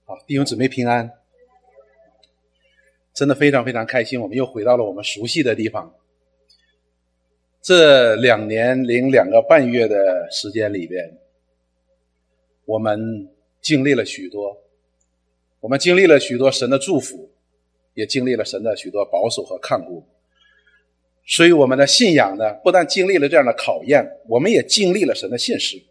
好，弟兄姊妹平安。真的非常非常开心，我们又回到了我们熟悉的地方。这2年零2个半月的时间里边，我们经历了许多，我们经历了许多神的祝福，也经历了神的许多保守和看顾。所以我们的信仰呢，不但经历了这样的考验，我们也经历了神的信实。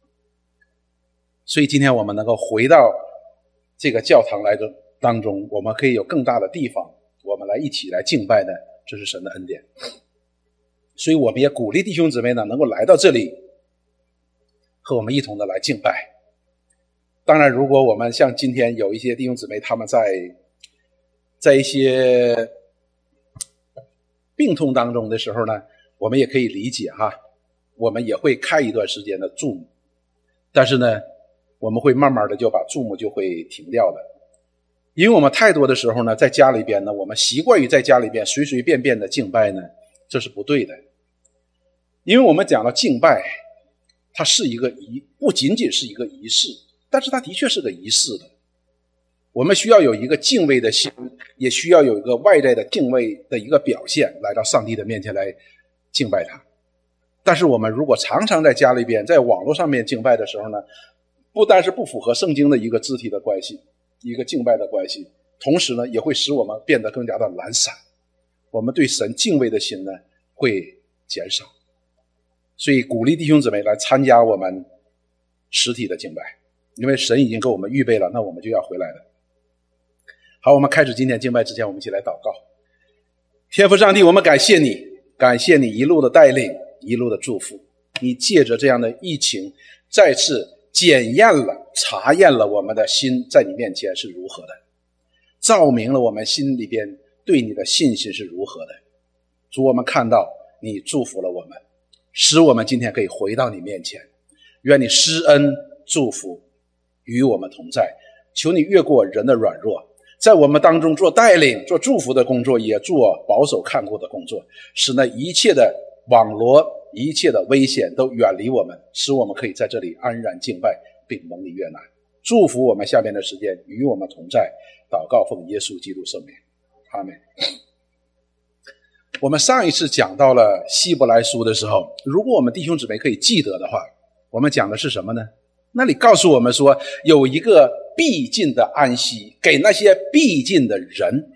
所以今天我们能够回到这个教堂来的当中，我们可以有更大的地方，我们来一起来敬拜呢，这是神的恩典。所以我们也鼓励弟兄姊妹呢，能够来到这里，和我们一同的来敬拜。当然，如果我们像今天有一些弟兄姊妹，他们在一些病痛当中的时候呢，我们也可以理解哈，我们也会开一段时间的注目，但是呢，我们会慢慢的就把注目就会停掉的。因为我们太多的时候呢，在家里边呢，我们习惯于在家里边随随便便的敬拜呢，这是不对的。因为我们讲了敬拜，它是不仅仅是一个仪式，但是它的确是个仪式的。我们需要有一个敬畏的心，也需要有一个外在的敬畏的一个表现，来到上帝的面前来敬拜他。但是我们如果常常在家里边，在网络上面敬拜的时候呢，不单是不符合圣经的一个肢体的关系，一个敬拜的关系，同时呢，也会使我们变得更加的懒散，我们对神敬畏的心呢会减少。所以鼓励弟兄姊妹来参加我们实体的敬拜，因为神已经给我们预备了，那我们就要回来了。好，我们开始今天敬拜之前，我们一起来祷告。天父上帝，我们感谢你，感谢你一路的带领，一路的祝福。你借着这样的疫情，再次检验了、查验了我们的心在你面前是如何的，照明了我们心里边对你的信心是如何的。主，我们看到你祝福了我们，使我们今天可以回到你面前。愿你施恩祝福与我们同在，求你越过人的软弱，在我们当中做带领、做祝福的工作，也做保守看顾的工作，使那一切的网罗、一切的危险都远离我们，使我们可以在这里安然敬拜，并蒙你悦纳。祝福我们下面的时间与我们同在，祷告奉耶稣基督圣名，阿们。我们上一次讲到了希伯来书的时候，如果我们弟兄姊妹可以记得的话，我们讲的是什么呢？那里告诉我们说，有一个必尽的安息给那些必尽的人。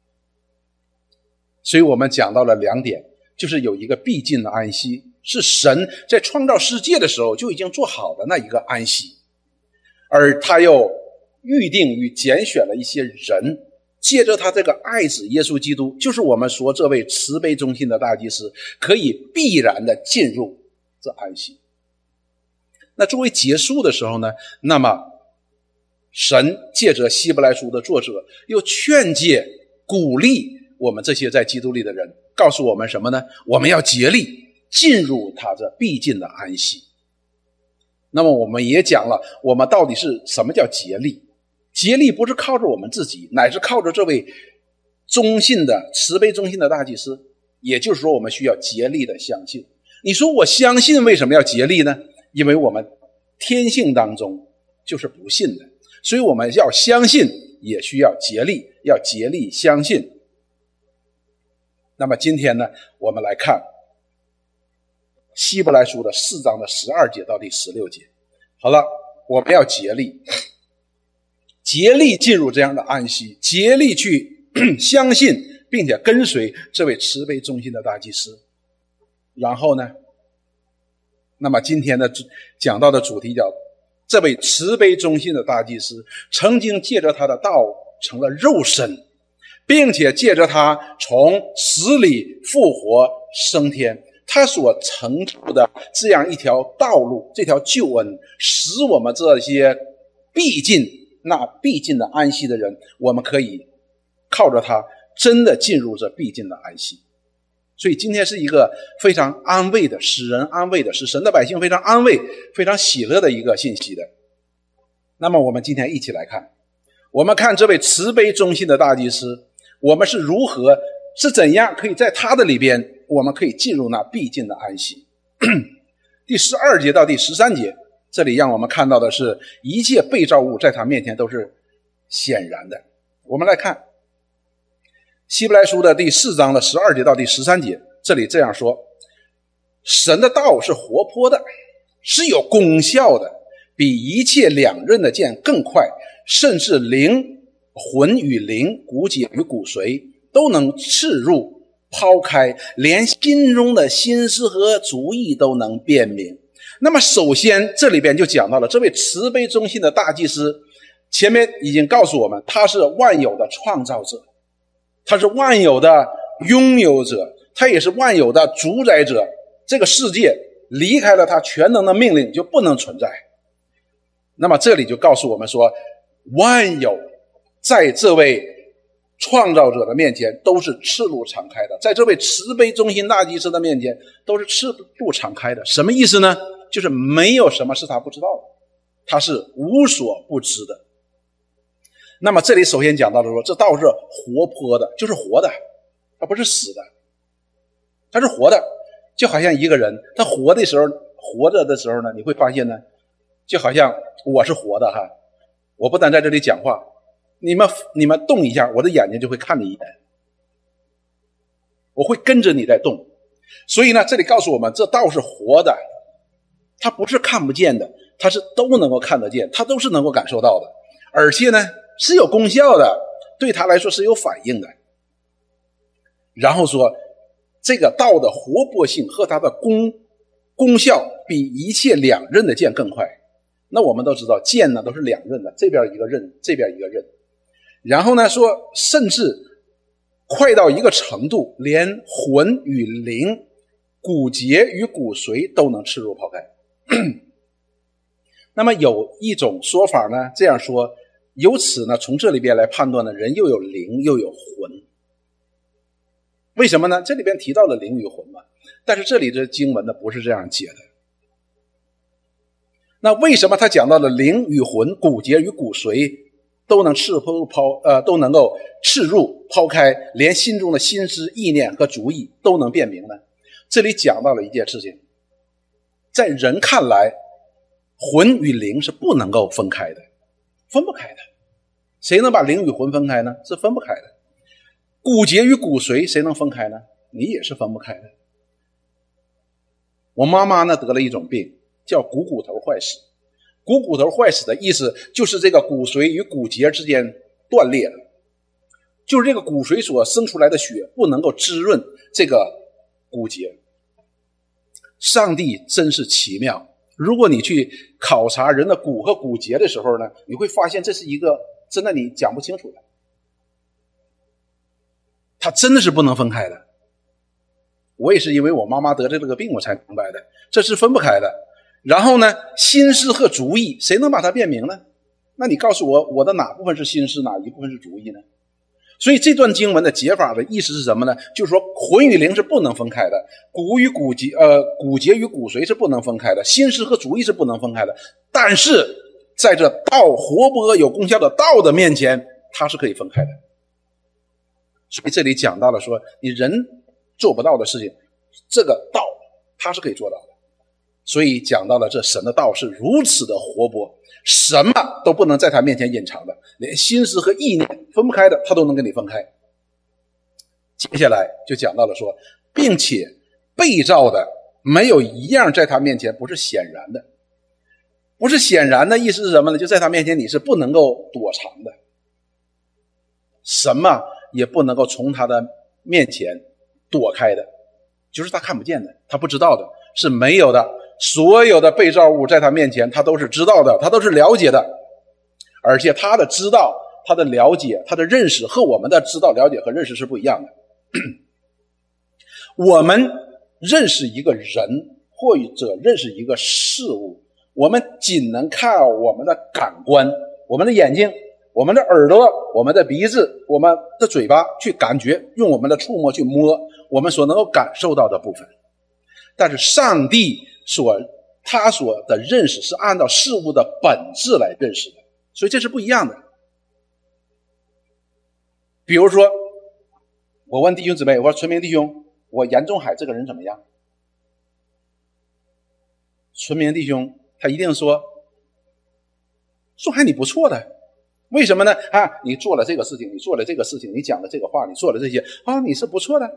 所以我们讲到了2点，就是有一个必尽的安息，是神在创造世界的时候就已经做好的那一个安息，而他又预定与拣选了一些人，借着他这个爱子耶稣基督，就是我们说这位慈悲忠心的大祭司，可以必然的进入这安息。那作为结束的时候呢，那么神借着希伯来书的作者又劝诫鼓励我们这些在基督里的人，告诉我们什么呢？我们要竭力进入他这必尽的安息。那么我们也讲了，我们到底是什么叫竭力？竭力不是靠着我们自己，乃是靠着这位忠信的慈悲忠心的大祭司。也就是说，我们需要竭力的相信。你说我相信，为什么要竭力呢？因为我们天性当中就是不信的，所以我们要相信，也需要竭力，要竭力相信。那么今天呢，我们来看希伯来书的4章的12节到第16节。好了，我们要竭力进入这样的安息，竭力去相信并且跟随这位慈悲忠心的大祭司。然后呢，那么今天的讲到的主题叫这位慈悲忠心的大祭司曾经借着他的道成了肉身，并且借着他从死里复活升天，他所成就的这样一条道路，这条救恩，使我们这些必尽的安息的人，我们可以靠着他真的进入这必尽的安息。所以今天是一个非常安慰的，使人安慰的，使神的百姓非常安慰、非常喜乐的一个信息的。那么我们今天一起来看，我们看这位慈悲忠心的大祭司，我们是怎样可以在他的里边，我们可以进入那必尽的安息。第12节到第13节，这里让我们看到的是一切被造物在他面前都是显然的。我们来看希伯来书的第4章的12节到第13节，这里这样说：神的道是活泼的，是有功效的，比一切两刃的剑更快，甚至灵魂与灵、骨节与骨髓都能刺入抛开，连心中的心思和主意都能辨明。那么首先这里边就讲到了这位慈悲忠心的大祭司，前面已经告诉我们，他是万有的创造者，他是万有的拥有者，他也是万有的主宰者。这个世界离开了他全能的命令就不能存在。那么这里就告诉我们说，万有在这位创造者的面前都是赤露敞开的，在这位慈悲忠心大祭司的面前都是赤露敞开的。什么意思呢？就是没有什么是他不知道的，他是无所不知的。那么这里首先讲到的说，这道是活泼的，就是活的，它不是死的，它是活的。就好像一个人他活着的时候呢，你会发现呢，就好像我是活的哈，我不但在这里讲话，你们动一下，我的眼睛就会看你一眼，我会跟着你在动。所以呢，这里告诉我们，这道是活的，它不是看不见的，它是都能够看得见，它都是能够感受到的，而且呢是有功效的，对他来说是有反应的。然后说这个道的活泼性和它的功效比一切两刃的剑更快。那我们都知道剑呢都是两刃的，这边一个刃，这边一个刃。然后呢说甚至快到一个程度，连魂与灵、骨节与骨髓都能刺入抛开。那么有一种说法呢这样说，由此呢从这里边来判断呢，人又有灵又有魂。为什么呢？这里边提到了灵与魂嘛，但是这里的经文呢不是这样解的。那为什么他讲到了灵与魂、骨节与骨髓都能都能够刺入抛开，连心中的心思意念和主意都能辨明呢？这里讲到了一件事情，在人看来，魂与灵是不能够分开的，分不开的。谁能把灵与魂分开呢？是分不开的。骨节与骨髓谁能分开呢？你也是分不开的。我妈妈呢得了一种病叫股头坏死。股头坏死的意思就是这个骨髓与骨节之间断裂了，就是这个骨髓所生出来的血不能够滋润这个骨节。上帝真是奇妙，如果你去考察人的骨和骨节的时候呢，你会发现这是一个真的你讲不清楚的，它真的是不能分开的。我也是因为我妈妈得这个病我才明白的，这是分不开的。然后呢，心思和主意谁能把它辨明呢？那你告诉我，我的哪部分是心思，哪一部分是主意呢？所以这段经文的解法的意思是什么呢？就是说魂与灵是不能分开的，骨节与骨髓是不能分开的，心思和主意是不能分开的。但是在这道活泼有功效的道的面前，它是可以分开的。所以这里讲到了说，你人做不到的事情，这个道它是可以做到的。所以讲到了这神的道是如此的活泼，什么都不能在他面前隐藏的，连心思和意念分不开的他都能跟你分开。接下来就讲到了说，并且被造的没有一样在他面前不是显然的。不是显然的意思是什么呢？就在他面前你是不能够躲藏的，什么也不能够从他的面前躲开的，就是他看不见的，他不知道的，是没有的。所有的被造物在他面前他都是知道的，他都是了解的，而且他的知道、他的了解、他的认识和我们的知道、了解和认识是不一样的。我们认识一个人或者认识一个事物，我们仅能靠我们的感官，我们的眼睛、我们的耳朵、我们的鼻子、我们的嘴巴去感觉，用我们的触摸去摸我们所能够感受到的部分。但是上帝他所的认识是按照事物的本质来认识的，所以这是不一样的。比如说我问弟兄姊妹，我说纯明弟兄，我严仲海这个人怎么样？纯明弟兄他一定说仲海你不错的， 为什么呢？你做了这个事情，你做了这个事情，你讲了这个话，你做了这些，你是不错的。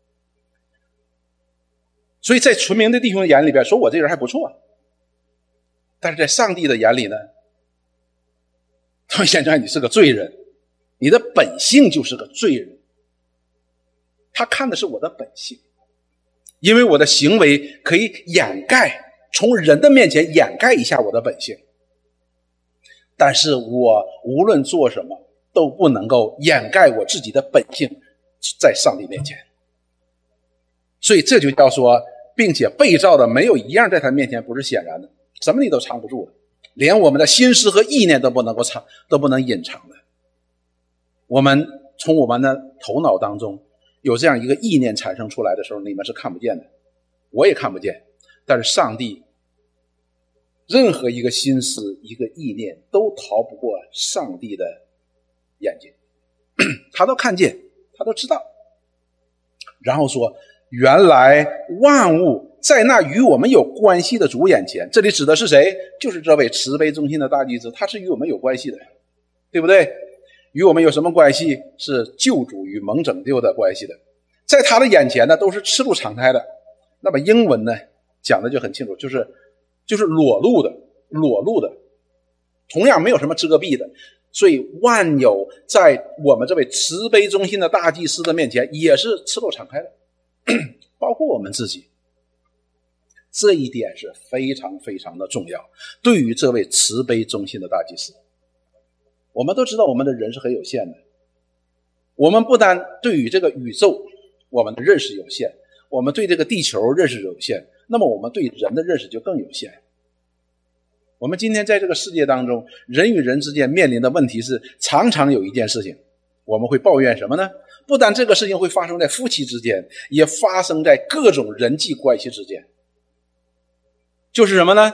所以在纯明的弟兄眼里边，说我这人还不错。但是在上帝的眼里呢，他们显出来你是个罪人，你的本性就是个罪人。他看的是我的本性，因为我的行为可以掩盖，从人的面前掩盖一下我的本性。但是我无论做什么都不能够掩盖我自己的本性在上帝面前。所以这就叫说，并且被造的没有一样在他面前不是显然的，什么你都藏不住的，连我们的心思和意念都不能够都不能隐藏的。我们从我们的头脑当中有这样一个意念产生出来的时候，你们是看不见的，我也看不见，但是上帝任何一个心思一个意念都逃不过上帝的眼睛，他都看见，他都知道。然后说，原来万物在那与我们有关系的主眼前，这里指的是谁？就是这位慈悲忠心的大祭司，他是与我们有关系的，对不对？与我们有什么关系？是救主与蒙拯救的关系的。在他的眼前呢，都是赤露敞开的。那么英文呢讲的就很清楚，就是裸露的，同样没有什么遮蔽的。所以万有在我们这位慈悲忠心的大祭司的面前也是赤露敞开的，包括我们自己。这一点是非常非常的重要，对于这位慈悲忠心的大祭司。我们都知道我们的人是很有限的，我们不单对于这个宇宙我们的认识有限，我们对这个地球认识有限，那么我们对人的认识就更有限。我们今天在这个世界当中，人与人之间面临的问题是，常常有一件事情我们会抱怨什么呢？不但这个事情会发生在夫妻之间，也发生在各种人际关系之间。就是什么呢？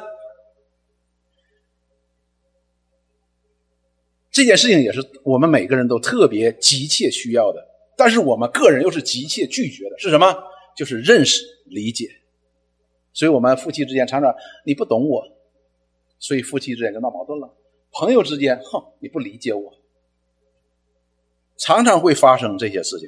这件事情也是我们每个人都特别急切需要的，但是我们个人又是急切拒绝的，是什么？就是认识理解。所以我们夫妻之间常常你不懂我，所以夫妻之间就闹矛盾了。朋友之间你不理解我，常常会发生这些事情，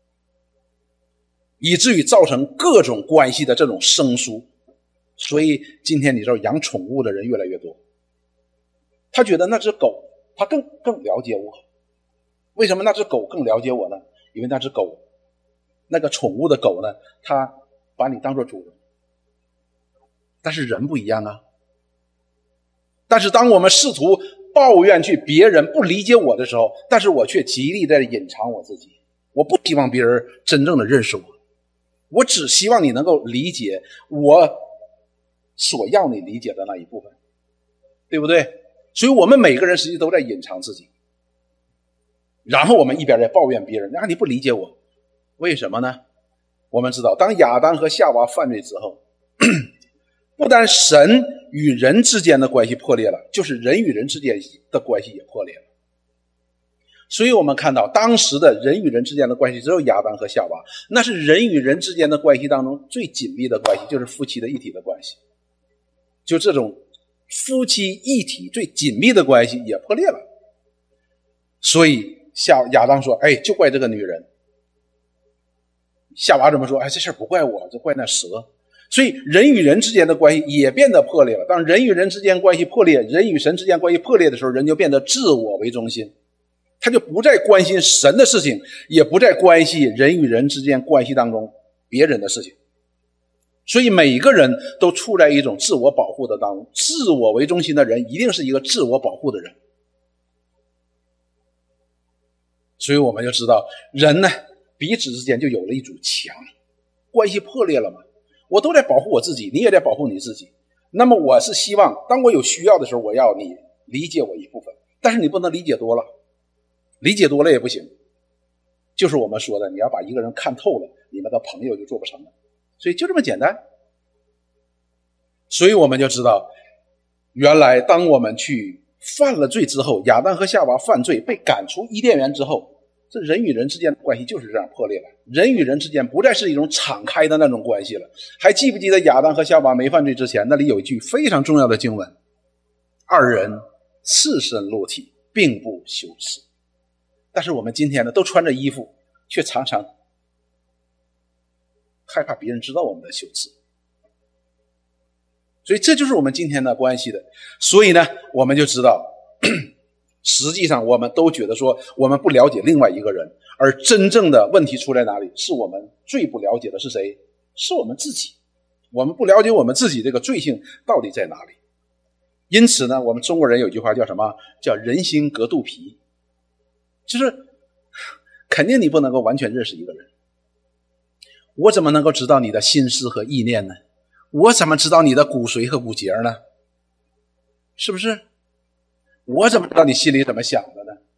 以至于造成各种关系的这种生疏。所以今天你知道养宠物的人越来越多，他觉得那只狗他更了解我。为什么那只狗更了解我呢？因为那只狗，那个宠物的狗呢，它把你当作主人。但是人不一样啊。但是当我们试图抱怨去别人不理解我的时候，但是我却极力在隐藏我自己。我不希望别人真正的认识我，我只希望你能够理解我所要你理解的那一部分，对不对？所以我们每个人实际都在隐藏自己，然后我们一边在抱怨别人，你不理解我。为什么呢？我们知道当亚当和夏娃犯罪之后，不但神与人之间的关系破裂了，就是人与人之间的关系也破裂了。所以我们看到当时的人与人之间的关系只有亚当和夏娃，那是人与人之间的关系当中最紧密的关系，就是夫妻的一体的关系。就这种夫妻一体最紧密的关系也破裂了。所以亚当说就怪这个女人。夏娃怎么说？这事不怪我，就怪那蛇。所以人与人之间的关系也变得破裂了。当人与人之间关系破裂，人与神之间关系破裂的时候，人就变得自我为中心，他就不再关心神的事情，也不再关系人与人之间关系当中别人的事情。所以每个人都处在一种自我保护的当中，自我为中心的人一定是一个自我保护的人。所以我们就知道人呢彼此之间就有了一堵墙，关系破裂了嘛。我都在保护我自己，你也在保护你自己。那么我是希望当我有需要的时候，我要你理解我一部分，但是你不能理解多了，理解多了也不行。就是我们说的，你要把一个人看透了，你们的朋友就做不成了。所以就这么简单。所以我们就知道，原来当我们去犯了罪之后，亚当和夏娃犯罪被赶出伊甸园之后，这人与人之间的关系就是这样破裂了。人与人之间不再是一种敞开的那种关系了。还记不记得亚当和夏娃没犯罪之前，那里有一句非常重要的经文，二人赤身露体，并不羞耻。但是我们今天呢，都穿着衣服，却常常害怕别人知道我们的羞耻。所以这就是我们今天的关系的。所以呢，我们就知道实际上我们都觉得说我们不了解另外一个人，而真正的问题出在哪里？是我们最不了解的是谁？是我们自己。我们不了解我们自己这个罪性到底在哪里。因此呢，我们中国人有句话叫什么？叫人心隔肚皮。就是肯定你不能够完全认识一个人，我怎么能够知道你的心思和意念呢？我怎么知道你的骨髓和骨节呢？是不是？我怎么知道你心里怎么想的呢？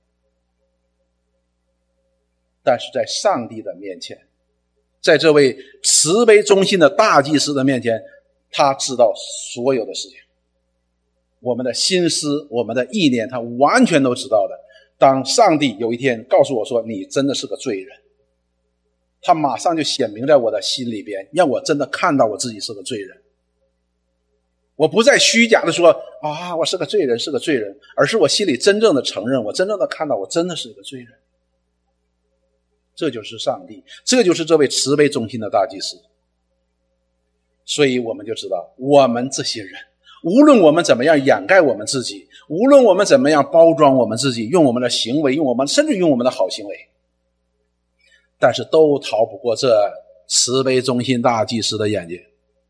但是在上帝的面前，在这位慈悲忠心的大祭司的面前，他知道所有的事情，我们的心思，我们的意念，他完全都知道的。当上帝有一天告诉我说你真的是个罪人，他马上就显明在我的心里边，让我真的看到我自己是个罪人。我不再虚假的说啊，我是个罪人，是个罪人，而是我心里真正的承认，我真正的看到我真的是一个罪人。这就是上帝，这就是这位慈悲忠心的大祭司。所以我们就知道，我们这些人无论我们怎么样掩盖我们自己，无论我们怎么样包装我们自己，用我们的行为，甚至用我们的好行为，但是都逃不过这慈悲忠心大祭司的眼睛。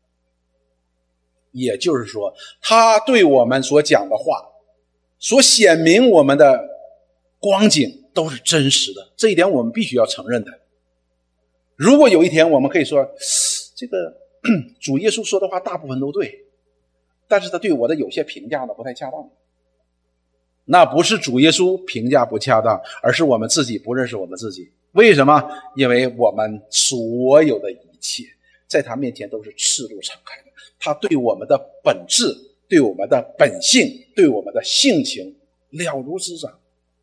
也就是说，他对我们所讲的话，所显明我们的光景都是真实的，这一点我们必须要承认的。如果有一天我们可以说这个主耶稣说的话大部分都对，但是他对我的有些评价呢不太恰当，那不是主耶稣评价不恰当，而是我们自己不认识我们自己。为什么？因为我们所有的一切在他面前都是赤露敞开的，他对我们的本质，对我们的本性，对我们的性情了如指掌。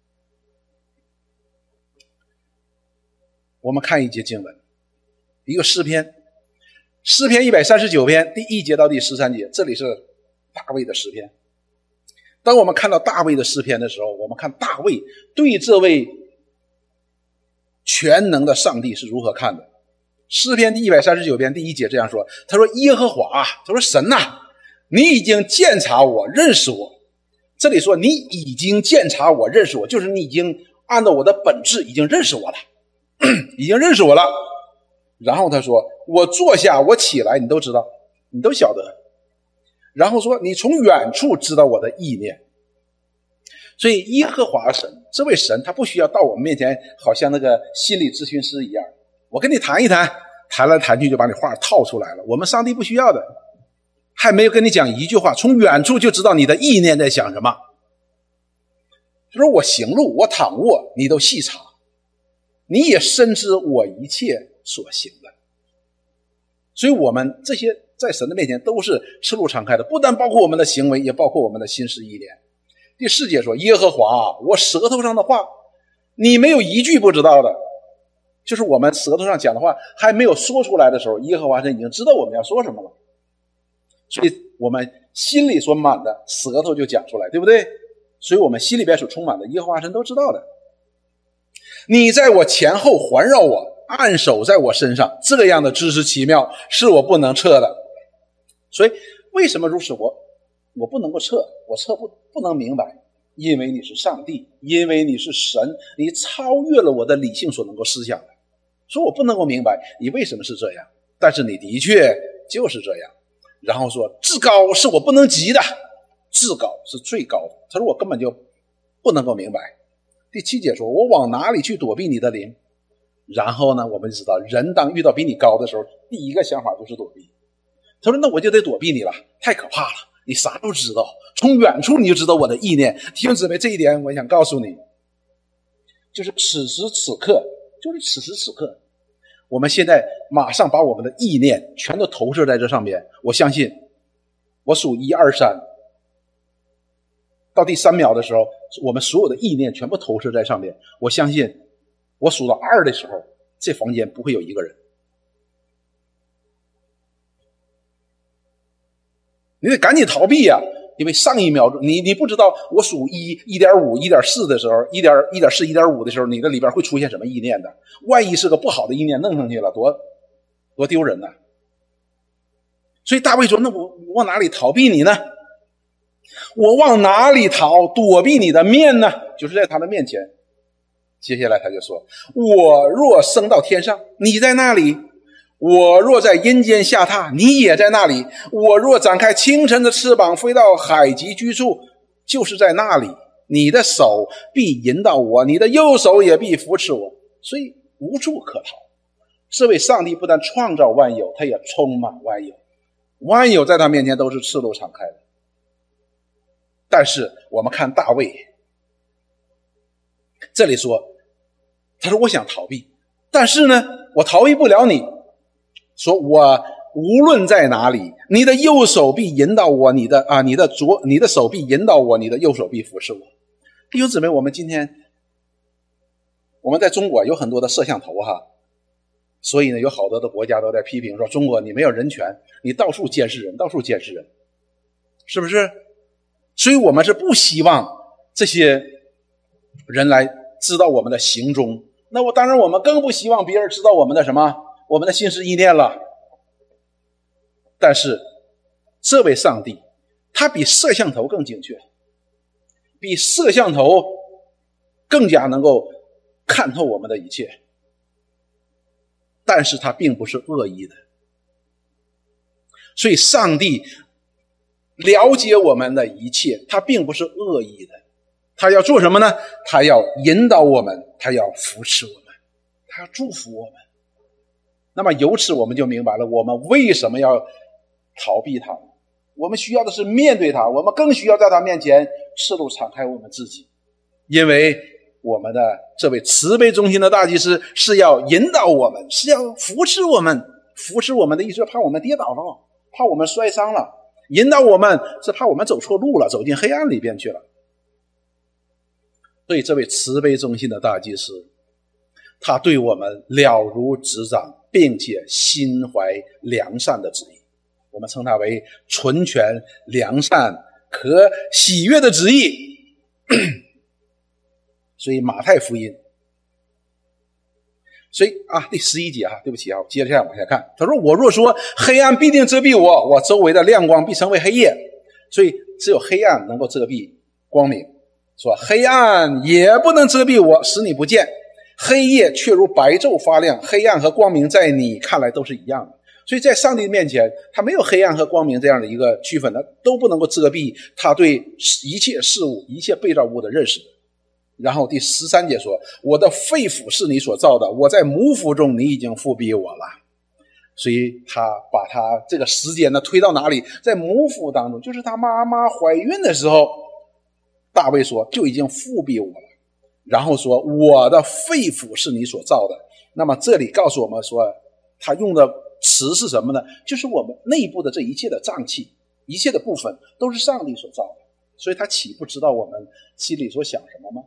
我们看一节经文，一个诗篇139篇第1节到第13节，这里是大卫的诗篇。当我们看到大卫的诗篇的时候，我们看大卫对这位全能的上帝是如何看的。诗篇第139篇第1节这样说，他说耶和华，他说神啊，你已经鉴察我，认识我。这里说你已经鉴察我，认识我，就是你已经按照我的本质已经认识我了已经认识我了。然后他说我坐下我起来，你都知道，你都晓得。然后说你从远处知道我的意念。所以耶和华神，这位神他不需要到我们面前好像那个心理咨询师一样，我跟你谈一谈，谈来谈去就把你话套出来了。我们上帝不需要的，还没有跟你讲一句话，从远处就知道你的意念在想什么。就说我行路我躺卧你都细察，你也深知我一切所行的。所以我们这些在神的面前都是赤露敞开的，不但包括我们的行为，也包括我们的心思意念。第4节说耶和华，我舌头上的话你没有一句不知道的。就是我们舌头上讲的话还没有说出来的时候，耶和华神已经知道我们要说什么了。所以我们心里所满的舌头就讲出来，对不对？所以我们心里边所充满的耶和华神都知道的。你在我前后环绕我，按手在我身上，这样的知识奇妙是我不能测的。所以为什么如此我不能够测，我测不能明白，因为你是上帝，因为你是神，你超越了我的理性所能够思想的，所以我不能够明白你为什么是这样，但是你的确就是这样。然后说至高是我不能及的，至高是最高的，他说我根本就不能够明白。第7节说我往哪里去躲避你的灵。然后呢，我们就知道人当遇到比你高的时候，第一个想法就是躲避。他说那我就得躲避你了，太可怕了，你啥都知道，从远处你就知道我的意念。弟兄姊妹，这一点我想告诉你，就是此时此刻，我们现在马上把我们的意念全都投射在这上面。我相信我数1、2、3，到第3秒的时候，我们所有的意念全部投射在上面。我相信我数到2的时候，这房间不会有一个人。你得赶紧逃避呀， 因为上一秒钟你不知道我数1、1.5、1.4的时候，1.4、1.5的时候，你的里边会出现什么意念的。万一是个不好的意念弄上去了，多丢人呐！所以大卫说：“那我往哪里逃避你呢？我往哪里逃，躲避你的面呢？”就是在他的面前。接下来他就说：“我若升到天上，你在那里；我若在阴间下榻，你也在那里；我若展开清晨的翅膀，飞到海极居处，就是在那里。你的手必引导我，你的右手也必扶持我。”所以无处可逃。这位上帝不但创造万有，他也充满万有，万有在他面前都是赤露敞开的。但是我们看大卫，这里说，他说我想逃避，但是呢，我逃避不了你。说我无论在哪里，你的右手必引导我，你的手必引导我，你的右手必扶持我。弟兄姊妹，我们今天我们在中国有很多的摄像头哈，所以呢，有好多的国家都在批评说中国你没有人权，你到处监视人，是不是？所以我们是不希望这些人来知道我们的行踪。那当然我们更不希望别人知道我们的什么，我们的心思意念了。但是这位上帝他比摄像头更精确，比摄像头更加能够看透我们的一切，但是他并不是恶意的。所以上帝了解我们的一切，他并不是恶意的。他要做什么呢？他要引导我们，他要扶持我们，他要祝福我们。那么由此我们就明白了，我们为什么要逃避他。我们需要的是面对他，我们更需要在他面前赤露敞开我们自己。因为我们的这位慈悲忠心的大祭司是要引导我们，是要扶持我们。扶持我们的意思是怕我们跌倒了，怕我们摔伤了。引导我们是怕我们走错路了，走进黑暗里边去了。所以这位慈悲忠心的大祭司，他对我们了如指掌，并且心怀良善的旨意。我们称它为纯全良善可喜悦的旨意。所以马太福音，所以第11节对不起我接着往下看。他说：“我若说黑暗必定遮蔽我，我周围的亮光必成为黑夜。”所以只有黑暗能够遮蔽光明。说黑暗也不能遮蔽我，使你不见。黑夜却如白昼发亮，黑暗和光明在你看来都是一样的。所以在上帝面前，他没有黑暗和光明这样的一个区分，他都不能够遮蔽他对一切事物、一切被造物的认识。然后第13节说：“我的肺腑是你所造的，我在母腹中你已经复庇我了。”所以他把他这个时间呢推到哪里？在母腹当中，就是他妈妈怀孕的时候，大卫说就已经复庇我了。然后说我的肺腑是你所造的。那么这里告诉我们说，他用的词是什么呢？就是我们内部的这一切的脏器，一切的部分都是上帝所造的。所以他岂不知道我们心里所想什么吗？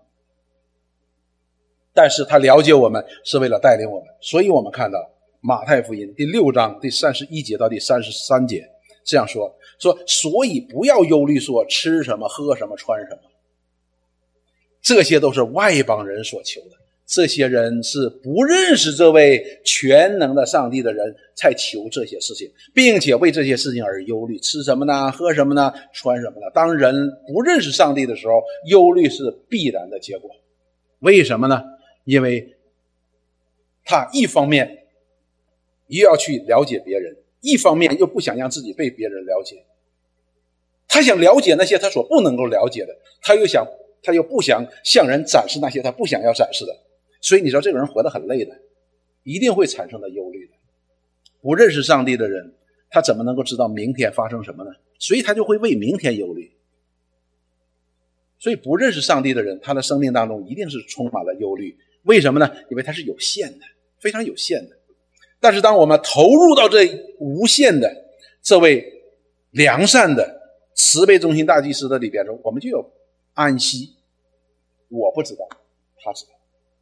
但是他了解我们是为了带领我们。所以我们看到马太福音第6章第31节到第33节这样说，所以不要忧虑说吃什么喝什么穿什么，这些都是外邦人所求的。这些人是不认识这位全能的上帝的人才求这些事情，并且为这些事情而忧虑，吃什么呢？喝什么呢？穿什么呢？当人不认识上帝的时候，忧虑是必然的结果。为什么呢？因为他一方面又要去了解别人，一方面又不想让自己被别人了解。他想了解那些他所不能够了解的，他又不想向人展示那些他不想要展示的。所以你知道这个人活得很累的，一定会产生的忧虑的。不认识上帝的人，他怎么能够知道明天发生什么呢？所以他就会为明天忧虑。所以不认识上帝的人，他的生命当中一定是充满了忧虑。为什么呢？因为他是有限的，非常有限的。但是当我们投入到这无限的这位良善的慈悲忠心大祭司的里边中，我们就有安息。我不知道，他知道。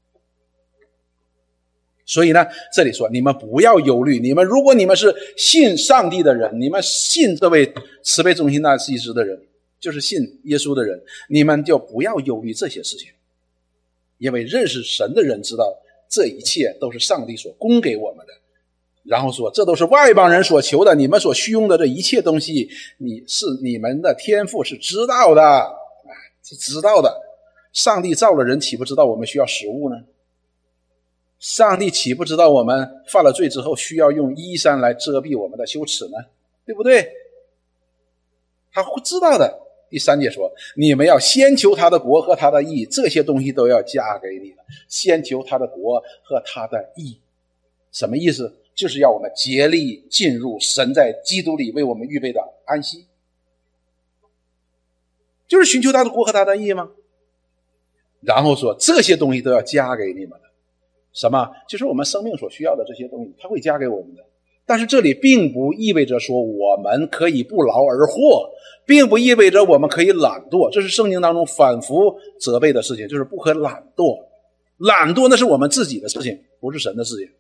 所以呢，这里说你们不要忧虑，如果你们是信上帝的人，你们信这位慈悲忠心大祭司的人， 就是信耶稣的人，你们就不要忧虑这些事情，因为认识神的人知道这一切都是上帝所供给我们的。然后说，这都是外邦人所求的，你们所需用的这一切东西，你们的天父是知道的，是知道的。上帝造了人，岂不知道我们需要食物呢？上帝岂不知道我们犯了罪之后需要用衣衫来遮蔽我们的羞耻呢？对不对？他会知道的。第3节说，你们要先求他的国和他的义，这些东西都要加给你的。先求他的国和他的义，什么意思？就是要我们竭力进入神在基督里为我们预备的安息，就是寻求他的国和他的义吗？然后说这些东西都要加给你们的。什么？就是我们生命所需要的这些东西，他会加给我们的。但是这里并不意味着说我们可以不劳而获，并不意味着我们可以懒惰，这是圣经当中反复责备的事情，就是不可懒惰。懒惰那是我们自己的事情，不是神的事情。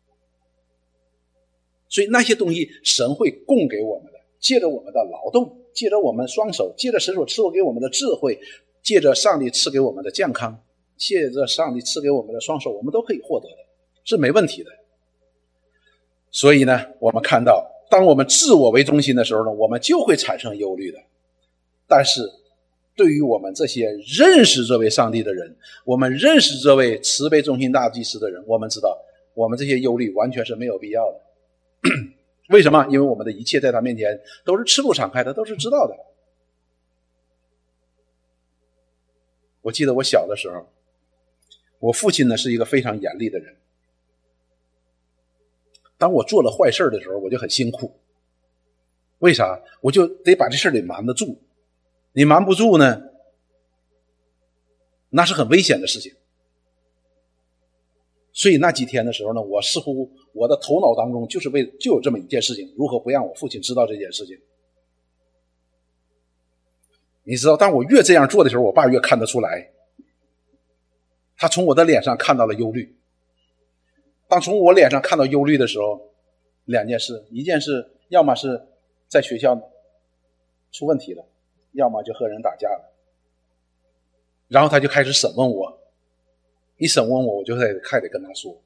所以那些东西神会供给我们的，借着我们的劳动，借着我们双手，借着神所赐给我们的智慧，借着上帝赐给我们的健康，借着上帝赐给我们的双手，我们都可以获得的，是没问题的。所以呢，我们看到当我们自我为中心的时候呢，我们就会产生忧虑的。但是对于我们这些认识这位上帝的人，我们认识这位慈悲忠心大祭司的人，我们知道我们这些忧虑完全是没有必要的。为什么？因为我们的一切在他面前都是赤露敞开的，都是知道的。我记得我小的时候，我父亲呢是一个非常严厉的人。当我做了坏事的时候，我就很辛苦。为啥？我就得把这事给瞒得住。你瞒不住呢，那是很危险的事情。所以那几天的时候呢，我似乎我的头脑当中就有这么一件事情，如何不让我父亲知道这件事情。你知道，当我越这样做的时候，我爸越看得出来，他从我的脸上看到了忧虑。当从我脸上看到忧虑的时候，2件事，一件事要么是在学校出问题了，要么就和人打架了。然后他就开始审问我，一审问我，我就还得跟他说。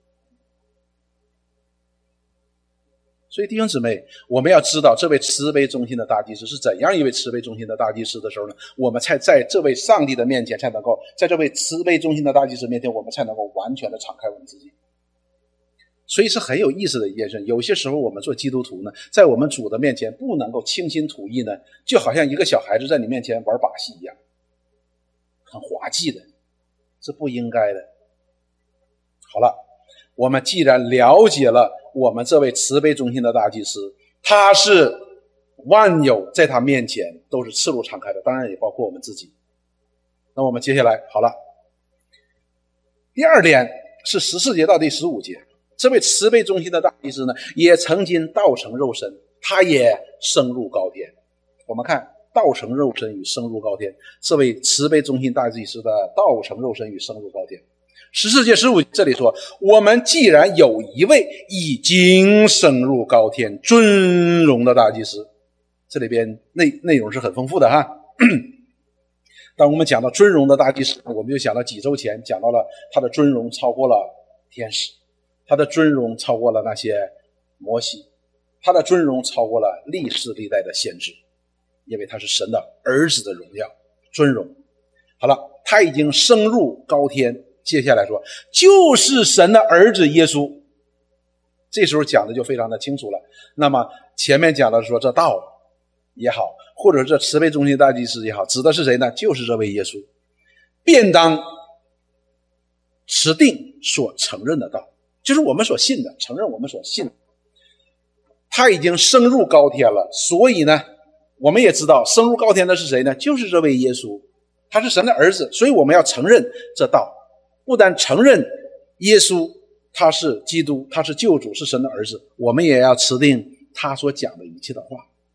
所以弟兄姊妹，我们要知道这位慈悲忠心的大祭司是怎样一位慈悲忠心的大祭司的时候呢，我们才在这位上帝的面前才能够，在这位慈悲忠心的大祭司面前，我们才能够完全的敞开我们自己。所以是很有意思的一件事。有些时候我们做基督徒呢，在我们主的面前不能够倾心吐意呢，就好像一个小孩子在你面前玩把戏一样，很滑稽的，是不应该的。好了，我们既然了解了我们这位慈悲忠心的大祭司，他是万有在他面前都是赤露敞开的，当然也包括我们自己。那我们接下来好了，第2点是14节到第15节。这位慈悲忠心的大祭司呢，也曾经道成肉身，他也升入高天。我们看道成肉身与升入高天，这位慈悲忠心大祭司的道成肉身与升入高天。14节15节这里说，我们既然有一位已经升入高天尊荣的大祭司，这里边内容是很丰富的哈。当我们讲到尊荣的大祭司，我们就想到几周前讲到了他的尊荣超过了天使，他的尊荣超过了那些摩西，他的尊荣超过了历世历代的先知，因为他是神的儿子的荣耀尊荣。好了，他已经升入高天，接下来说就是神的儿子耶稣。这时候讲的就非常的清楚了。那么前面讲的说这道也好，或者这慈悲忠心大祭司也好，指的是谁呢？就是这位耶稣，便当持定所承认的道，就是我们所信的，承认我们所信的。他已经升入高天了，所以呢我们也知道升入高天的是谁呢？就是这位耶稣，他是神的儿子，所以我们要承认这道，不但承认耶稣他是基督，他是救主，是神的儿子，我们也要持定他所讲的一切的话。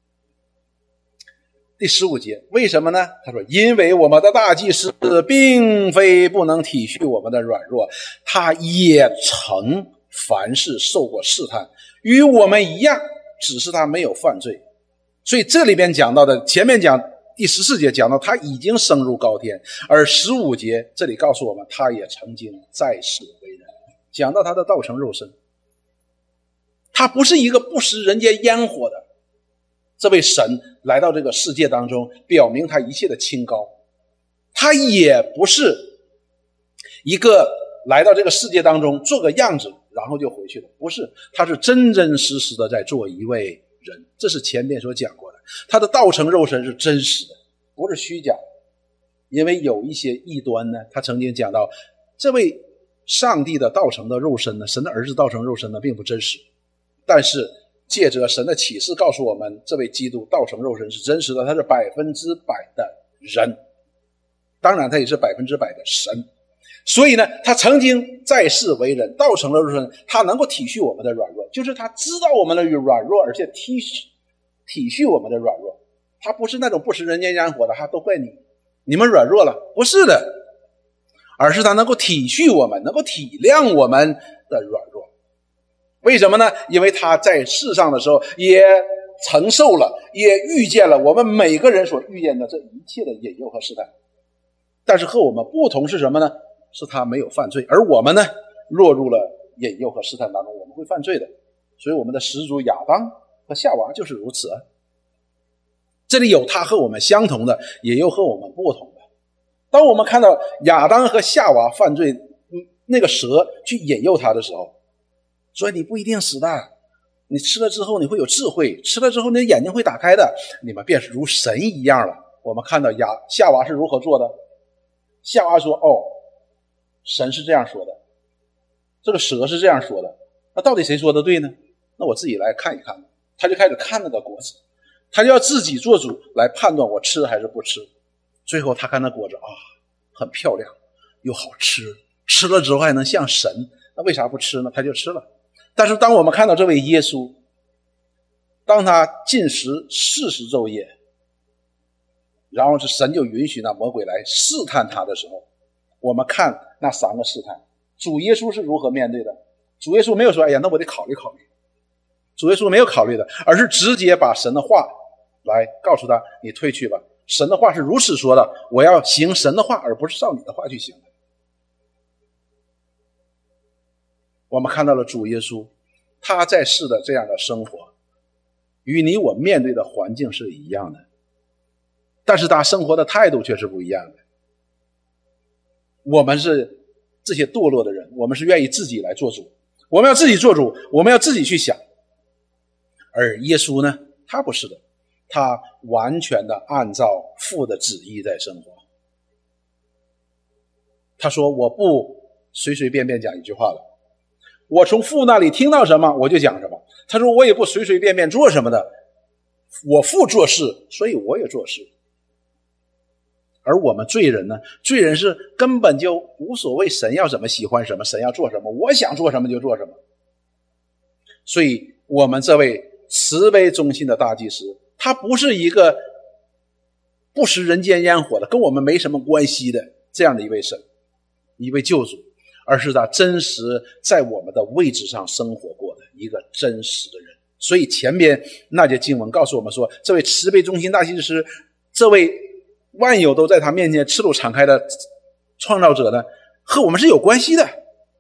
第15节，为什么呢？他说因为我们的大祭司并非不能体恤我们的软弱，他也曾凡事受过试探，与我们一样，只是他没有犯罪。所以这里边讲到的，前面讲第14节讲到他已经升入高天，而15节这里告诉我们他也曾经在世为人，讲到他的道成肉身。他不是一个不食人间烟火的这位神来到这个世界当中，表明他一切的清高。他也不是一个来到这个世界当中做个样子然后就回去了，不是，他是真真实实的在做一位人。这是前面所讲过的，他的道成肉身是真实的，不是虚假的。因为有一些异端呢，他曾经讲到这位上帝的道成的肉身呢，神的儿子道成肉身呢并不真实，但是借着神的启示告诉我们，这位基督道成肉身是真实的，他是100%的人，当然他也是100%的神。所以呢，他曾经在世为人，道成了肉身，他能够体恤我们的软弱，就是他知道我们的软弱，而且体恤我们的软弱。他不是那种不食人间烟火的，他都怪你们软弱了，不是的，而是他能够体恤我们，能够体谅我们的软弱。为什么呢？因为他在世上的时候也承受了，也遇见了我们每个人所遇见的这一切的引诱和试探。但是和我们不同是什么呢？是他没有犯罪，而我们呢落入了引诱和试探当中，我们会犯罪的。所以我们的始祖亚当和夏娃就是如此。这里有他和我们相同的，也有和我们不同的。当我们看到亚当和夏娃犯罪，那个蛇去引诱他的时候，所以你不一定死的，你吃了之后你会有智慧，吃了之后你的眼睛会打开的，你们便是如神一样了。我们看到夏娃是如何做的。夏娃说，神是这样说的，这个蛇是这样说的，那到底谁说的对呢？那我自己来看一看。他就开始看那个果子，他就要自己做主来判断我吃还是不吃。最后他看那果子很漂亮又好吃，吃了之后还能像神，那为啥不吃呢？他就吃了。但是当我们看到这位耶稣，当他禁食40昼夜，然后是神就允许那魔鬼来试探他的时候，我们看那3个试探，主耶稣是如何面对的。主耶稣没有说，哎呀，那我得考虑考虑。主耶稣没有考虑的，而是直接把神的话来告诉他，你退去吧。神的话是如此说的，我要行神的话，而不是照你的话去行的。我们看到了主耶稣，他在世的这样的生活，与你我面对的环境是一样的，但是他生活的态度却是不一样的。我们是这些堕落的人，我们是愿意自己来做主，我们要自己做主，我们要自己去想。而耶稣呢，他不是的，他完全的按照父的旨意在生活。他说，我不随随便便讲一句话了，我从父那里听到什么我就讲什么。他说，我也不随随便便做什么的，我父做事，所以我也做事。而我们罪人呢，罪人是根本就无所谓神要怎么喜欢什么，神要做什么，我想做什么就做什么。所以我们这位慈悲忠心的大祭司，他不是一个不食人间烟火的，跟我们没什么关系的这样的一位神，一位救主，而是他真实在我们的位置上生活过的一个真实的人。所以前边那节经文告诉我们说，这位慈悲忠心大祭司，这位万有都在他面前赤裸敞开的创造者呢，和我们是有关系的。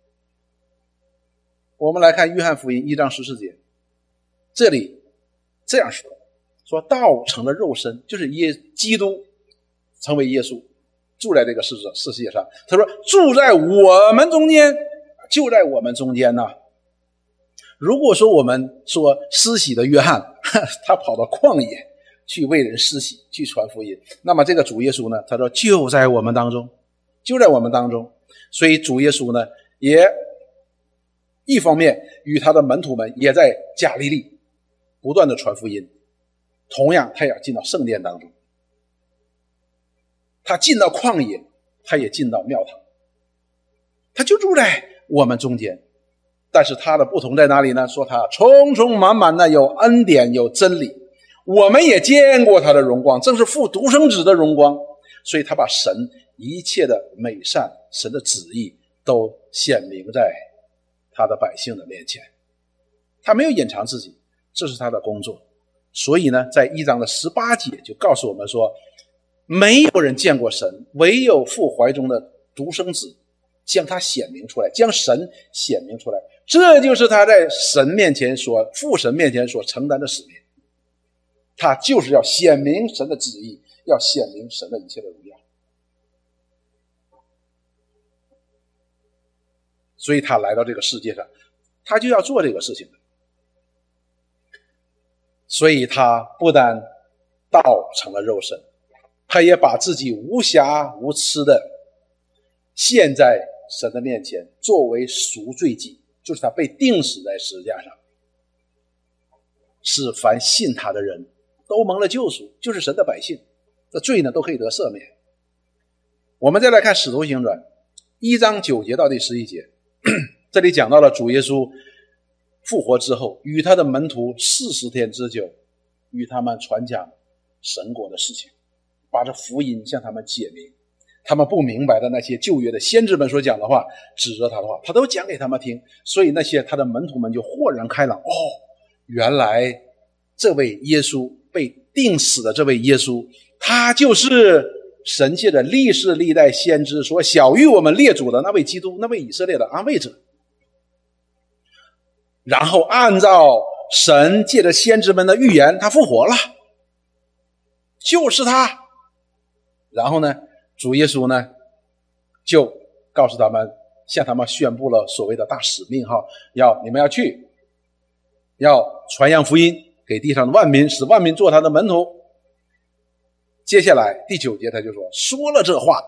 我们来看约翰福音1章14节，这里这样说道成了肉身，就是基督成为耶稣，住在这个世界上。他说住在我们中间，就在我们中间呢。如果说我们说施洗的约翰他跑到旷野去为人施洗，去传福音，那么这个主耶稣呢，他说就在我们当中，就在我们当中。所以主耶稣呢，也一方面与他的门徒们也在加利利不断的传福音，同样他也进到圣殿当中，他进到旷野，他也进到庙堂，他就住在我们中间。但是他的不同在哪里呢？说他充充满满的有恩典有真理，我们也见过他的荣光，正是父独生子的荣光。所以他把神一切的美善，神的旨意都显明在他的百姓的面前，他没有隐藏自己，这是他的工作。所以呢，在1章的18节就告诉我们说， 没有人见过神，唯有父怀中的独生子将他显明出来，将神显明出来，这就是他在神面前父神面前所承担的使命。他就是要显明神的旨意，要显明神的一切的荣耀。所以他来到这个世界上，他就要做这个事情。所以他不但道成了肉身，他也把自己无瑕无疵的献在神的面前，作为赎罪祭，就是他被钉死在十字架上，使凡信他的人都蒙了救赎，就是神的百姓，这罪呢都可以得赦免。我们再来看使徒行传1章9节到第11节，这里讲到了主耶稣复活之后，与他的门徒40天之久，与他们传讲神国的事情，把这福音向他们解明。他们不明白的那些旧约的先知们所讲的话，指着他的话，他都讲给他们听。所以那些他的门徒们就豁然开朗，原来这位耶稣被钉死的这位耶稣，他就是神借着历世历代先知所晓谕我们列祖的那位基督，那位以色列的安慰者。然后按照神借着先知们的预言，他复活了，就是他。然后呢，主耶稣呢就告诉他们，向他们宣布了所谓的大使命，你们要去，要传扬福音给地上的万民，使万民做他的门徒。接下来第9节他就说了这话，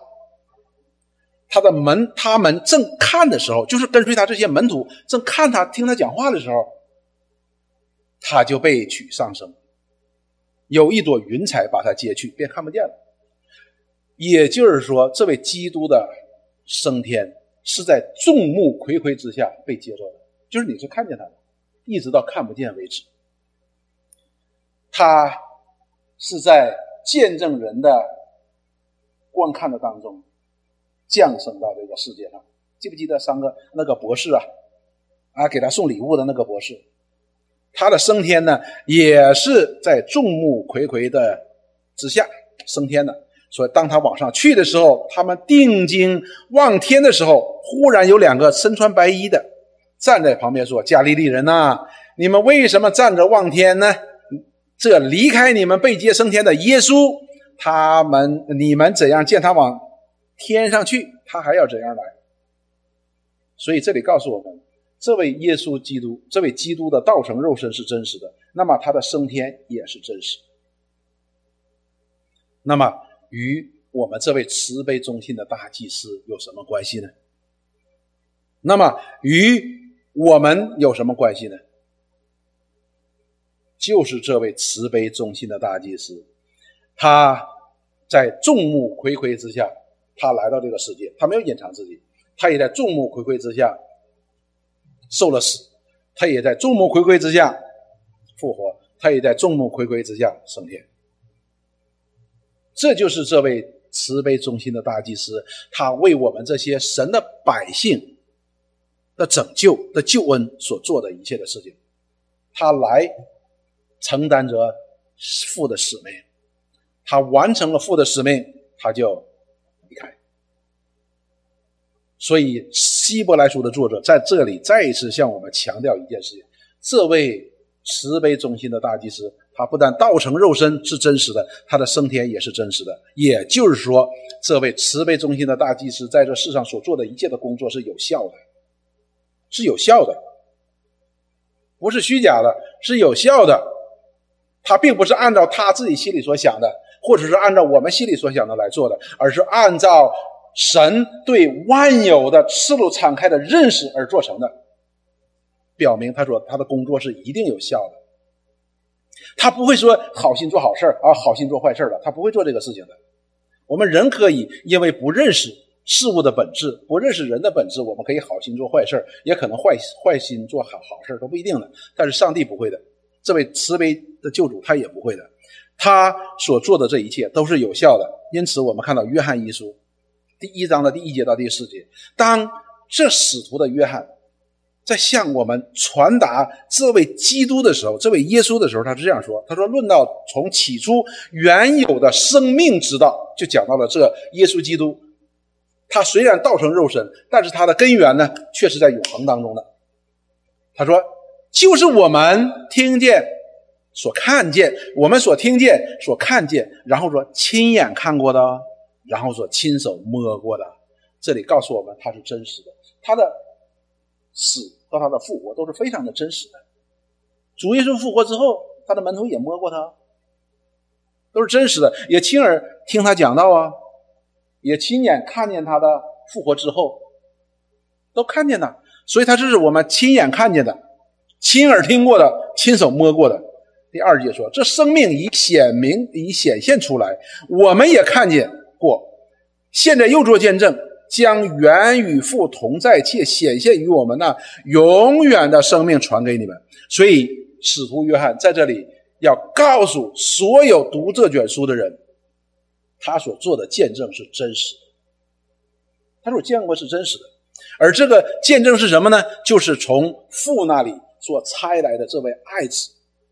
他们正看的时候，就是跟随他这些门徒正看他听他讲话的时候，他就被取上升，有一朵云彩把他接去，便看不见了。也就是说，这位基督的升天是在众目睽睽之下被接受的，就是你是看见他的，一直到看不见为止。他是在见证人的观看的当中降生到这个世界上。记不记得那个博士给他送礼物的那个博士，他的升天呢也是在众目睽睽的之下升天的。所以当他往上去的时候，他们定睛望天的时候，忽然有2个身穿白衣的站在旁边说，加利利人你们为什么站着望天呢？这离开你们被接升天的耶稣，你们怎样见他往天上去，他还要怎样来。所以这里告诉我们，这位耶稣基督，这位基督的道成肉身是真实的，那么他的升天也是真实。那么与我们这位慈悲忠信的大祭司有什么关系呢？那么与我们有什么关系呢？就是这位慈悲忠信的大祭司，他在众目睽睽之下，他来到这个世界，他没有隐藏自己，他也在众目睽睽之下受了死，他也在众目睽睽之下复活，他也在众目睽睽之下升天。这就是这位慈悲忠心的大祭司，他为我们这些神的百姓的拯救的救恩所做的一切的事情。他来承担着父的使命，他完成了父的使命，他就离开。所以希伯来书的作者在这里再一次向我们强调一件事情，这位慈悲忠心的大祭司，他不但道成肉身是真实的，他的升天也是真实的。也就是说，这位慈悲忠心的大祭司在这世上所做的一切的工作是有效的，是有效的，不是虚假的，是有效的。他并不是按照他自己心里所想的，或者是按照我们心里所想的来做的，而是按照神对万有的赤露敞开的认识而做成的，表明他说他的工作是一定有效的。他不会说好心做好事好心做坏事的，他不会做这个事情的。我们人可以因为不认识事物的本质，不认识人的本质，我们可以好心做坏事，也可能坏心做好事，都不一定的。但是上帝不会的，这位慈悲的救主他也不会的，他所做的这一切都是有效的。因此我们看到约翰一书第1章的第1节到第4节，当这使徒的约翰在向我们传达这位基督的时候，这位耶稣的时候，他是这样说，他说论到从起初原有的生命之道，就讲到了这耶稣基督，他虽然道成肉身，但是他的根源呢却是在永恒当中的。他说就是我们听见所看见，我们所听见所看见，然后说亲眼看过的，然后说亲手摸过的。这里告诉我们他是真实的，他的死和他的复活都是非常的真实的。主耶稣复活之后，他的门徒也摸过他，都是真实的，也亲耳听他讲道啊，也亲眼看见他的复活之后，都看见他。所以他这是我们亲眼看见的，亲耳听过的，亲手摸过的。第二节说，这生命已显现出来，我们也看见过，现在又做见证，将原与父同在且显现于我们那永远的生命传给你们。所以使徒约翰在这里要告诉所有读这卷书的人，他所做的见证是真实的，他所见过是真实的。而这个见证是什么呢？就是从父那里所差来的这位爱子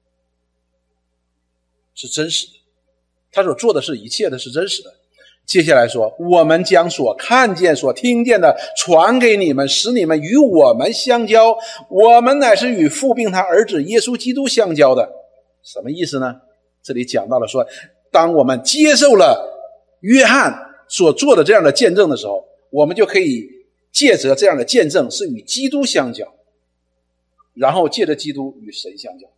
是真实的，他所做的是一切的是真实的。接下来说，我们将所看见所听见的传给你们，使你们与我们相交，我们乃是与父并他儿子耶稣基督相交的。什么意思呢？这里讲到了说，当我们接受了约翰所做的这样的见证的时候，我们就可以借着这样的见证是与基督相交，然后借着基督与神相交。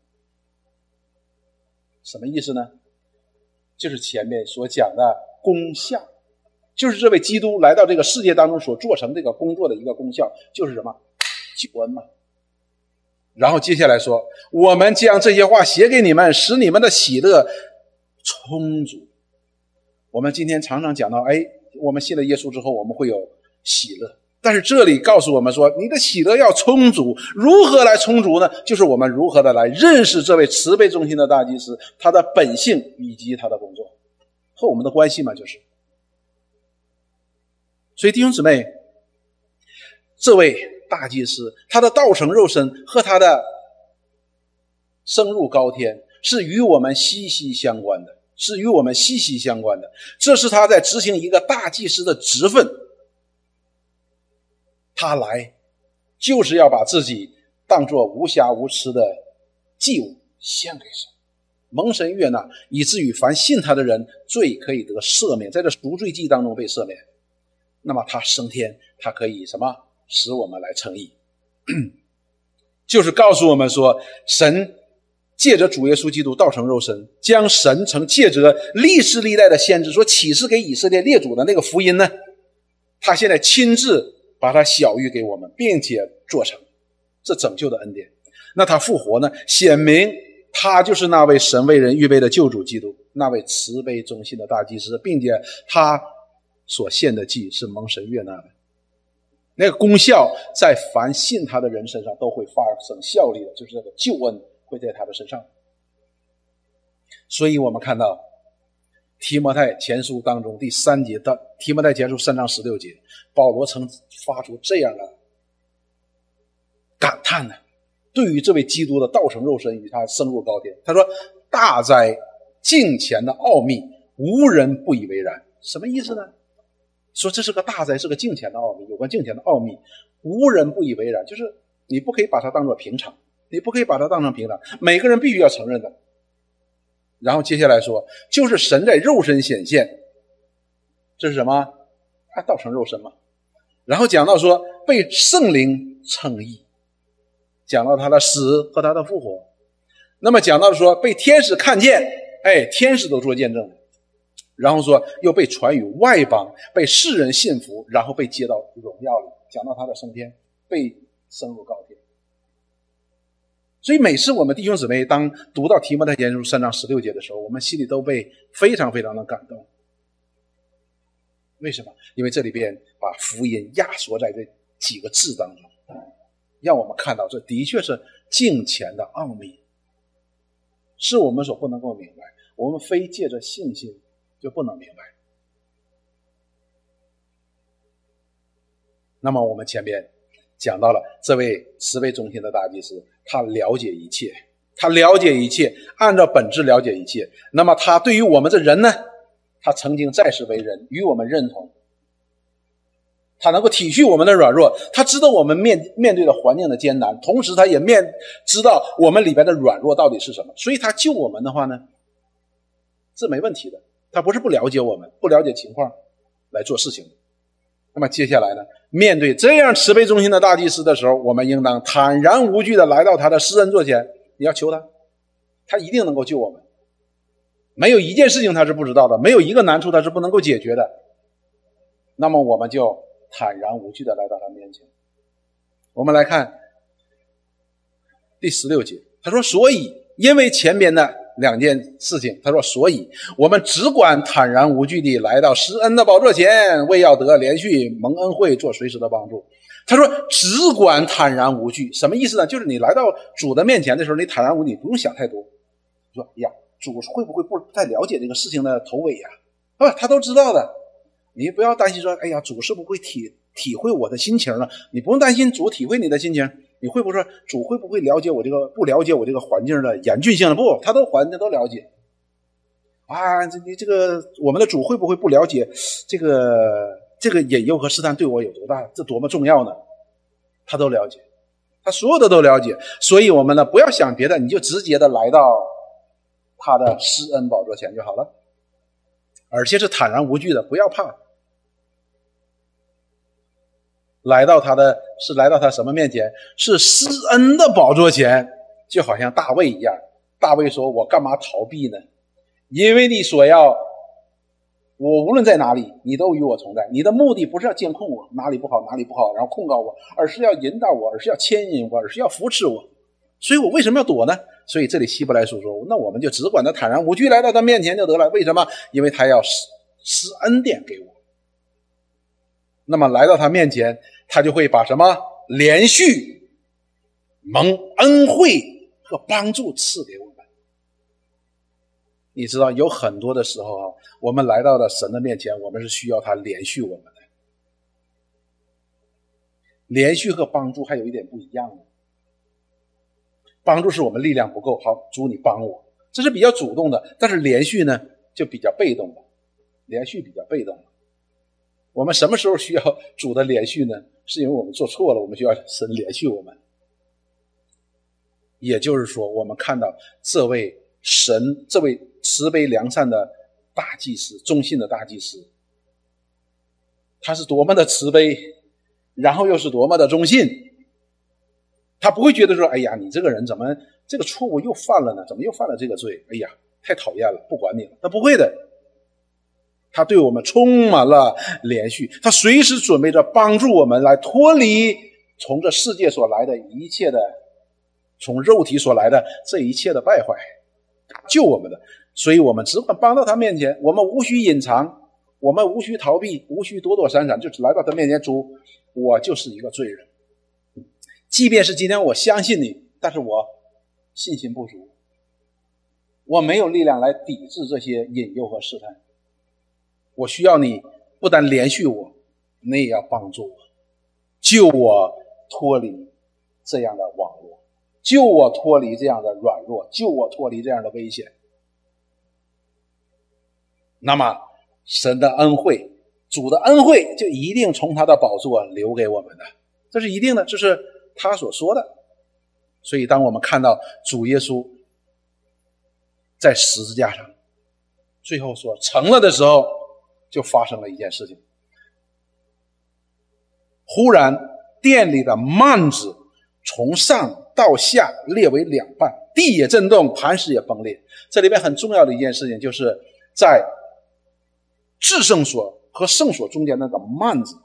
什么意思呢？就是前面所讲的功效，就是这位基督来到这个世界当中所做成这个工作的一个功效，就是什么？救恩嘛。然后接下来说，我们将这些话写给你们，使你们的喜乐充足。我们今天常常讲到，我们信了耶稣之后，我们会有喜乐。但是这里告诉我们说，你的喜乐要充足。如何来充足呢？就是我们如何的来认识这位慈悲忠心的大祭司，他的本性以及他的工作和我们的关系嘛，就是。所以弟兄姊妹，这位大祭司他的道成肉身和他的升入高天是与我们息息相关的，是与我们息息相关的。这是他在执行一个大祭司的职分，他来就是要把自己当作无瑕无疵的祭物献给神，蒙神悦纳，以至于凡信他的人罪可以得赦免，在这赎罪祭当中被赦免。那么他升天，他可以什么？使我们来称义。就是告诉我们说，神借着主耶稣基督道成肉身，将神曾借着历世历代的先知所启示给以色列列祖的那个福音呢，他现在亲自把它晓谕给我们，并且做成这拯救的恩典。那他复活呢，显明他就是那位神为人预备的救主基督，那位慈悲忠心的大祭司，并且他所献的祭是蒙神悦纳的，那个功效在凡信他的人身上都会发生效力的，就是这个救恩会在他的身上。所以我们看到提摩太前书当中第3节到提摩太前书3章16节，保罗曾发出这样的感叹呢，对于这位基督的道成肉身与他升入高天，他说大哉敬虔的奥秘，无人不以为然。什么意思呢？说这是个大哉，是个敬虔的奥秘，有关敬虔的奥秘，无人不以为然，就是你不可以把它当作平常，你不可以把它当成平常，每个人必须要承认的。然后接下来说，就是神在肉身显现，这是什么？他道成肉身嘛。然后讲到说被圣灵称义，讲到他的死和他的复活。那么讲到说被天使看见，天使都做见证了。然后说又被传于外邦，被世人信服，然后被接到荣耀里，讲到他的升天，被升入高天。所以每次我们弟兄姊妹当读到提摩太前书3章16节的时候，我们心里都被非常非常的感动。为什么？因为这里边把福音压缩在这几个字当中，让我们看到这的确是敬虔的奥秘，是我们所不能够明白，我们非借着信心就不能明白。那么我们前边讲到了这位慈悲忠心的大祭司，他了解一切，他了解一切，按照本质了解一切。那么他对于我们这人呢，他曾经在世为人，与我们认同，他能够体恤我们的软弱，他知道我们面对的环境的艰难，同时他也知道我们里边的软弱到底是什么，所以他救我们的话呢，是没问题的。他不是不了解我们，不了解情况来做事情。那么接下来呢，面对这样慈悲忠心的大祭司的时候，我们应当坦然无惧的来到他的施恩座前，你要求他，他一定能够救我们。没有一件事情他是不知道的，没有一个难处他是不能够解决的。那么我们就坦然无惧的来到他面前。我们来看第16节，他说所以因为前边的两件事情，他说所以我们只管坦然无惧地来到施恩的宝座前，为要得连续蒙恩惠，做随时的帮助。他说只管坦然无惧，什么意思呢？就是你来到主的面前的时候，你坦然无惧，你不用想太多，说哎呀，主会不会不太了解这个事情的头尾呀？他都知道的。你不要担心说哎呀，主是不是会体会我的心情呢？你不用担心主体会你的心情，你会不会说主会不会了解我这个不了解我这个环境的严峻性呢？不，他都了解啊。你这个我们的主会不会不了解这个引诱和试探对我有多大，这多么重要呢？他都了解，他所有的都了解。所以我们呢，不要想别的，你就直接的来到他的施恩宝座前就好了，而且是坦然无惧的，不要怕。来到他什么面前？是施恩的宝座前，就好像大卫一样。大卫说，我干嘛逃避呢？因为你所要我无论在哪里，你都与我同在。你的目的不是要监控我哪里不好，然后控告我，而是要引导我，而是要牵引我，而是要扶持我。所以我为什么要躲呢？所以这里希伯来书说，那我们就只管他坦然无惧来到他面前就得了。为什么？因为他要施恩典给我。那么来到他面前，他就会把什么连续蒙恩惠和帮助赐给我们。你知道有很多的时候我们来到了神的面前，我们是需要他连续我们的。连续和帮助还有一点不一样的。帮助是我们力量不够，好，主你帮我，这是比较主动的。但是连续呢就比较被动的，连续比较被动的。我们什么时候需要主的连续呢？是因为我们做错了，我们需要神连续我们。也就是说，我们看到这位慈悲良善的大祭司，忠信的大祭司，他是多么的慈悲，然后又是多么的忠信。他不会觉得说，哎呀，你这个人怎么这个错误又犯了呢？怎么又犯了这个罪？哎呀，太讨厌了，不管你了。他不会的，他对我们充满了怜恤，他随时准备着帮助我们来脱离从这世界所来的一切的，从肉体所来的这一切的败坏，救我们的。所以我们只管帮到他面前，我们无需隐藏，我们无需逃避，无需躲躲闪闪，就来到他面前，主，我就是一个罪人。即便是今天我相信你，但是我信心不足，我没有力量来抵制这些引诱和试探。我需要你不但连续我，你也要帮助我，救我脱离这样的网络，救我脱离这样的软弱，救我脱离这样的危险。那么神的恩惠，主的恩惠就一定从他的宝座留给我们的，这是一定的，这是他所说的。所以当我们看到主耶稣在十字架上最后说成了的时候，就发生了一件事情。忽然殿里的幔子从上到下裂为两半，地也震动，磐石也崩裂。这里边很重要的一件事情，就是在至圣所和圣所中间那个幔子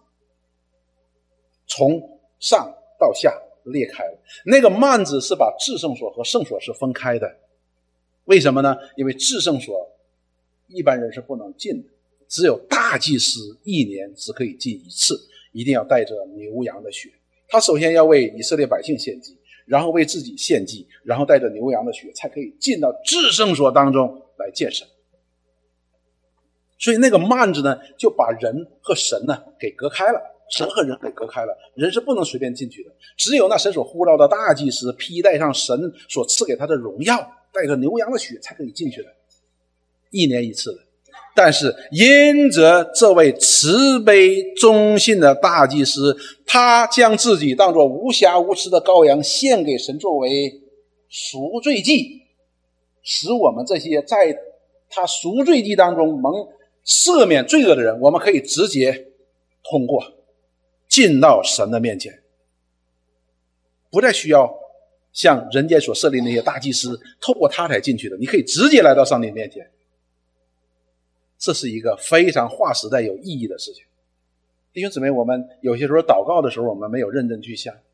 从上到下裂开了。那个幔子是把至圣所和圣所是分开的。为什么呢？因为至圣所一般人是不能进的，只有大祭司一年只可以进一次，一定要带着牛羊的血。他首先要为以色列百姓献祭，然后为自己献祭，然后带着牛羊的血才可以进到至圣所当中来见神。所以那个幔子呢，就把人和神呢给隔开了。 神和人给隔开了，人是不能随便进去的，只有那神所呼召的大祭司披戴上神所赐给他的荣耀，带着牛羊的血才可以进去的，1年1次的。但是因着这位慈悲忠信的大祭司，他将自己当作无瑕无疵的羔羊献给神作为赎罪祭，使我们这些在他赎罪祭当中蒙赦免罪恶的人，我们可以直接通过进到神的面前，不再需要像人间所设立那些大祭司透过他才进去的，你可以直接来到上帝面前。这是一个非常划时代有意义的事情。弟兄姊妹，我们有些时候祷告的时候，我们没有认真去想。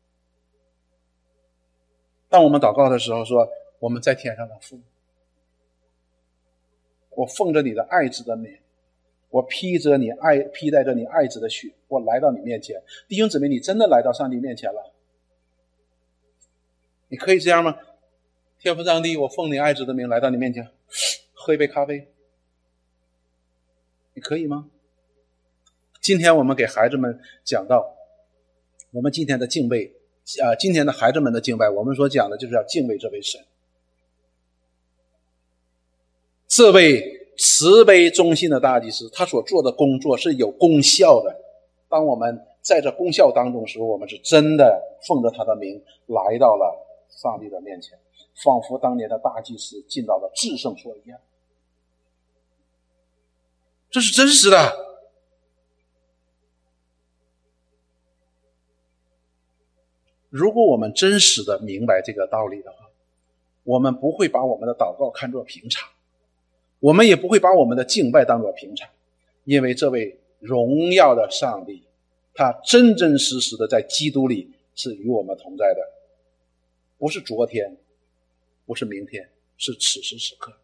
当我们祷告的时候说，我们在天上的父，我奉着你的爱子的名，我披戴着你爱子的血，我来到你面前。弟兄姊妹，你真的来到上帝面前了？你可以这样吗？天父上帝，我奉你爱子的名来到你面前，喝一杯咖啡，你可以吗？今天我们给孩子们讲到我们今天的敬拜，今天的孩子们的敬拜，我们所讲的就是要敬畏这位神，这位慈悲忠信的大祭司，他所做的工作是有功效的。当我们在这功效当中的时候，我们是真的奉着他的名来到了上帝的面前，仿佛当年的大祭司进到了至圣所一样。这是真实的。如果我们真实的明白这个道理的话，我们不会把我们的祷告看作平常，我们也不会把我们的敬拜当作平常，因为这位荣耀的上帝，他真真实实的在基督里是与我们同在的，不是昨天，不是明天，是此时此刻。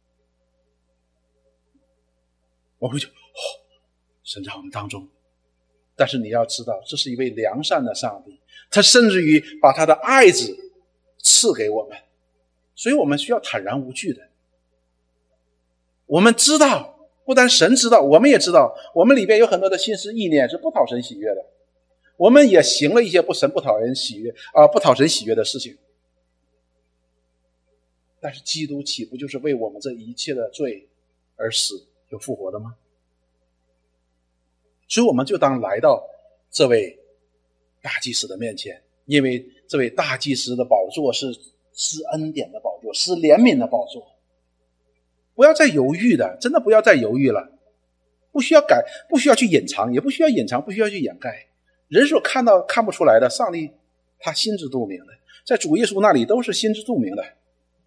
我们就神在我们当中，但是你要知道，这是一位良善的上帝，他甚至于把他的爱子赐给我们，所以我们需要坦然无惧的。我们知道，不但神知道，我们也知道，我们里边有很多的心思意念是不讨神喜悦的，我们也行了一些不讨神喜悦的事情。但是基督岂不就是为我们这一切的罪而死又复活的吗？所以我们就当来到这位大祭司的面前，因为这位大祭司的宝座是施恩典的宝座，施怜悯的宝座。不要再犹豫的，真的不要再犹豫了，不需要去隐藏，也不需要隐藏，不需要去掩盖。人所看不出来的，上帝他心知肚明的，在主耶稣那里都是心知肚明的。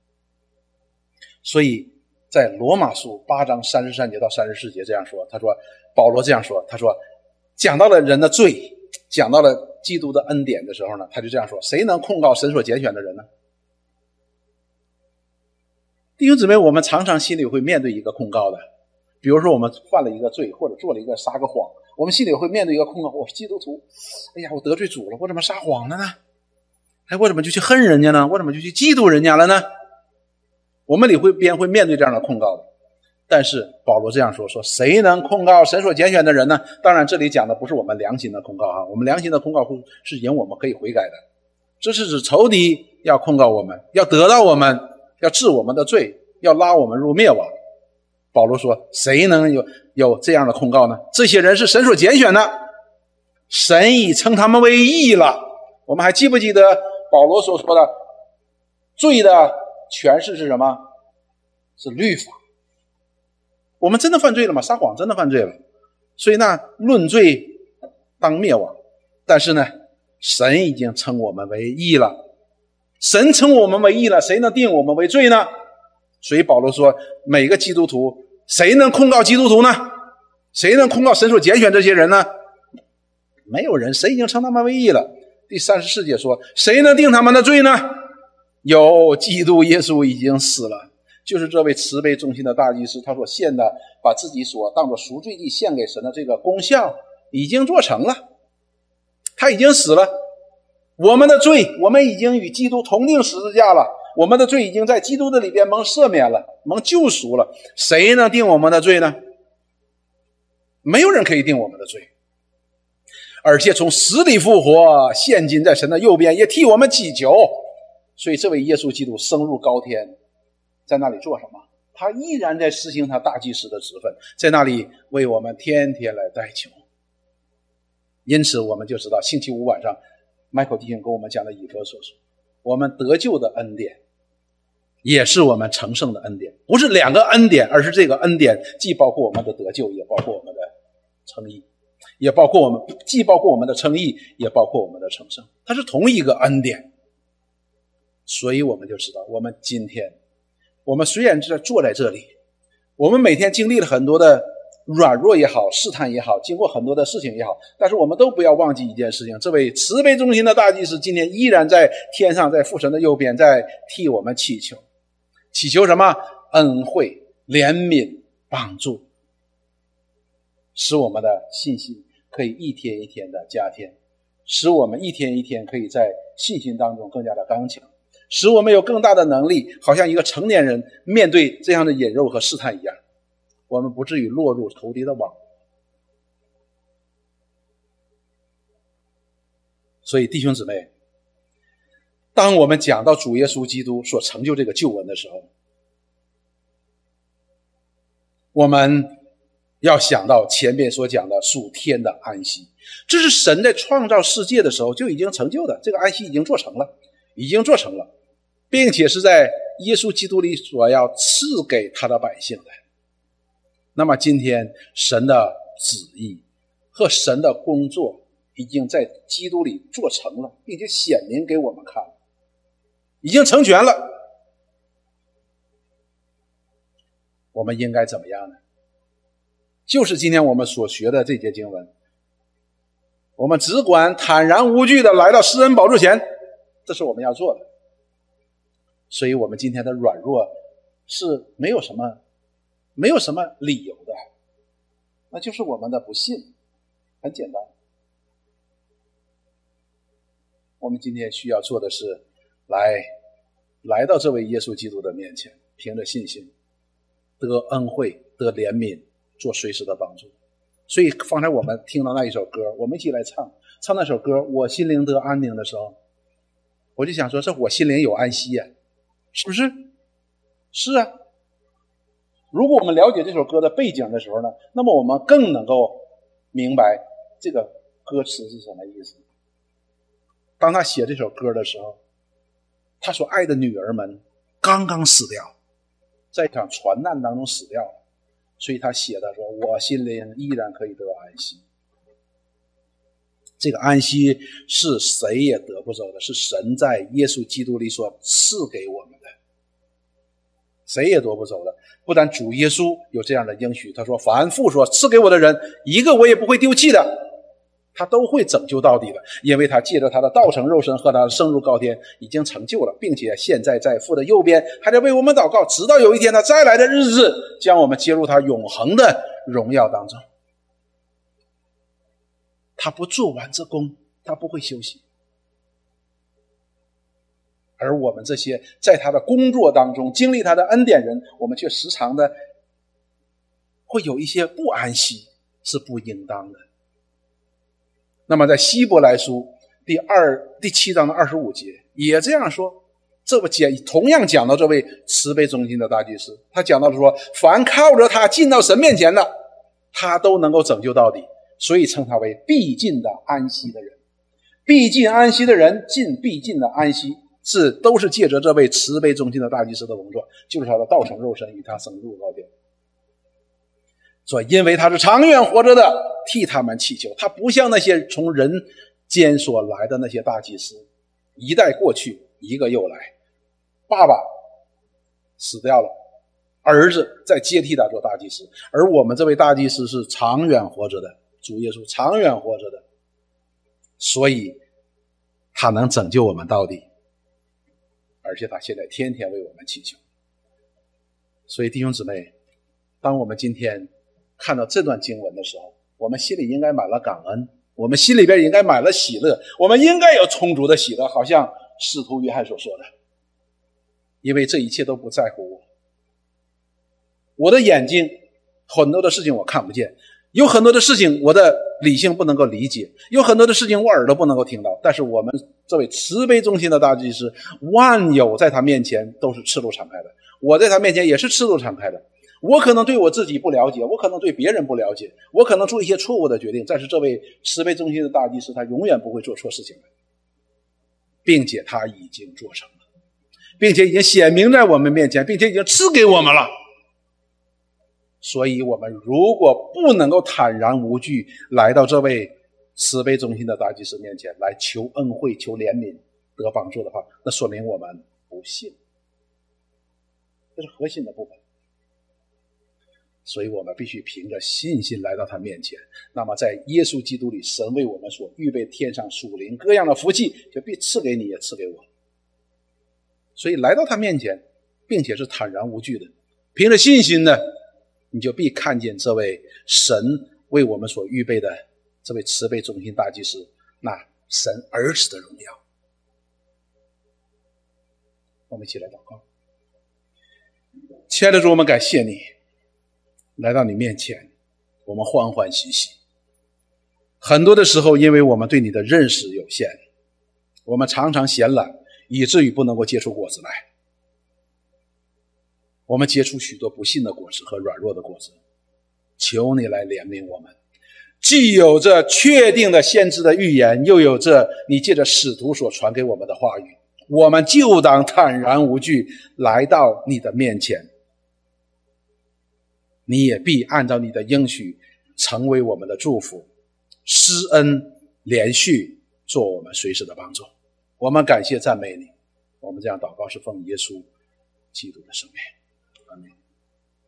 所以在罗马书8章33节到34节这样说，他说，保罗这样说，他说，讲到了人的罪，讲到了基督的恩典的时候呢，他就这样说，谁能控告神所拣选的人呢？弟兄姊妹，我们常常心里会面对一个控告的，比如说我们犯了一个罪，或者做了一个撒个谎，我们心里会面对一个控告，我基督徒，哎呀，我得罪主了，我怎么撒谎了呢？哎，我怎么就去恨人家呢？我怎么就去嫉妒人家了呢？我们里边会面对这样的控告的。但是保罗这样说，谁能控告神所拣选的人呢？当然这里讲的不是我们良心的控告啊，我们良心的控告是引我们可以悔改的，这是指仇敌要控告我们，要得到我们，要治我们的罪，要拉我们入灭亡。保罗说，谁能有这样的控告呢？这些人是神所拣选的，神已称他们为义了。我们还记不记得保罗所说的罪的诠释是什么？是律法。我们真的犯罪了吗？撒谎真的犯罪了，所以那论罪当灭亡。但是呢，神已经称我们为义了，神称我们为义了，谁能定我们为罪呢？所以保罗说，每个基督徒，谁能控告基督徒呢？谁能控告神所拣选这些人呢？没有人，神已经称他们为义了。第34节说，谁能定他们的罪呢？有，基督耶稣已经死了，就是这位慈悲忠心的大祭司，他所献的，把自己所当作赎罪祭献给神的这个功效已经做成了，他已经死了。我们的罪，我们已经与基督同定十字架了，我们的罪已经在基督的里边蒙赦免了，蒙救赎了。谁能定我们的罪呢？没有人可以定我们的罪。 而且从死里复活，现今在神的右边，也替我们祈求。所以这位耶稣基督升入高天，在那里做什么？他依然在实行他大祭司的职分，在那里为我们天天来代求。因此我们就知道星期五晚上Michael 弟兄跟我们讲的以弗所书，我们得救的恩典也是我们成圣的恩典，不是两个恩典，而是这个恩典既包括我们的得救，也包括我们的称义，也包括我们既包括我们的称义，也包括我们的成圣，它是同一个恩典。所以我们就知道，我们今天我们虽然坐在这里，我们每天经历了很多的软弱也好，试探也好，经过很多的事情也好，但是我们都不要忘记一件事情，这位慈悲忠心的大祭司今天依然在天上，在父神的右边，在替我们祈求。祈求什么？恩惠、怜悯、帮助，使我们的信心可以一天一天的加添，使我们一天一天可以在信心当中更加的刚强，使我们有更大的能力，好像一个成年人面对这样的引诱和试探一样，我们不至于落入仇敌的网。所以弟兄姊妹，当我们讲到主耶稣基督所成就这个救恩的时候，我们要想到前面所讲的属天的安息，这是神在创造世界的时候就已经成就的，这个安息已经做成了，并且是在耶稣基督里所要赐给他的百姓的。那么今天神的旨意和神的工作已经在基督里做成了，并且显明给我们看了，已经成全了。我们应该怎么样呢？就是今天我们所学的这节经文，我们只管坦然无惧的来到施恩宝座前，这是我们要做的。所以我们今天的软弱是没有什么理由的，那就是我们的不信，很简单。我们今天需要做的是来到这位耶稣基督的面前，凭着信心得恩惠，得怜悯，做随时的帮助。所以方才我们听到那一首歌，我们一起来唱那首歌，我心灵得安宁的时候，我就想说，这我心灵有安息呀，是不是？是啊。如果我们了解这首歌的背景的时候呢，那么我们更能够明白这个歌词是什么意思。当他写这首歌的时候，他所爱的女儿们刚刚死掉，在一场船难当中死掉了，所以他写的说，我心灵依然可以得安息。这个安息是谁也得不走的，是神在耶稣基督里所赐给我们的，谁也夺不走的。不但主耶稣有这样的应许，他说凡父所赐给我的人，一个我也不会丢弃的，他都会拯救到底的，因为他借着他的道成肉身和他的升入高天已经成就了，并且现在在父的右边还在为我们祷告，直到有一天他再来的日子，将我们接入他永恒的荣耀当中。他不做完这工，他不会休息。而我们这些在他的工作当中经历他的恩典人，我们却时常的会有一些不安息，是不应当的。那么在希伯来书第7章的25节也这样说，这不同样讲到这位慈悲忠心的大祭司，他讲到说，凡靠着他进到神面前的，他都能够拯救到底，所以称他为必尽的安息的人。必尽安息的人进必尽的安息，都是借着这位慈悲忠心的大祭司的工作，就是他的道成肉身与他升入高天。所以因为他是长远活着的，替他们祈求。他不像那些从人间所来的那些大祭司，一代过去一个又来，爸爸死掉了，儿子再接替他做大祭司。而我们这位大祭司是长远活着的，主耶稣长远活着的，所以他能拯救我们到底，而且他现在天天为我们祈求。所以弟兄姊妹，当我们今天看到这段经文的时候，我们心里应该满了感恩，我们心里边应该满了喜乐，我们应该有充足的喜乐，好像使徒约翰所说的，因为这一切都不在乎我的眼睛很多的事情我看不见， 有很多的事情我的理性不能够理解，有很多的事情我耳朵不能够听到，但是我们这位慈悲中心的大祭司，万有在他面前都是赤露敞开的，我在他面前也是赤露敞开的。我可能对我自己不了解，我可能对别人不了解，我可能做一些错误的决定，但是这位慈悲中心的大祭司他永远不会做错事情的，并且他已经做成了，并且已经显明在我们面前，并且已经赐给我们了。所以我们如果不能够坦然无惧来到这位慈悲中心的大祭司面前来求恩惠、求怜悯、得帮助的话，那说明我们不信，这是核心的部分。所以我们必须凭着信心来到他面前，那么在耶稣基督里，神为我们所预备天上属灵各样的福气就必赐给你，也赐给我。所以来到他面前，并且是坦然无惧的，凭着信心的，你就必看见这位神为我们所预备的这位慈悲中心大祭司那神儿子的荣耀。我们一起来祷告。亲爱的主，我们感谢你来到你面前，我们欢欢喜喜。很多的时候因为我们对你的认识有限，我们常常闲懒，以至于不能够结出果子来。我们结出许多不信的果子和软弱的果子，求你来怜悯我们。既有着确定的先知的预言，又有着你借着使徒所传给我们的话语，我们就当坦然无惧来到你的面前，你也必按照你的应许成为我们的祝福，施恩连续做我们随时的帮助。我们感谢赞美你，我们这样祷告是奉耶稣基督的圣名，阿们。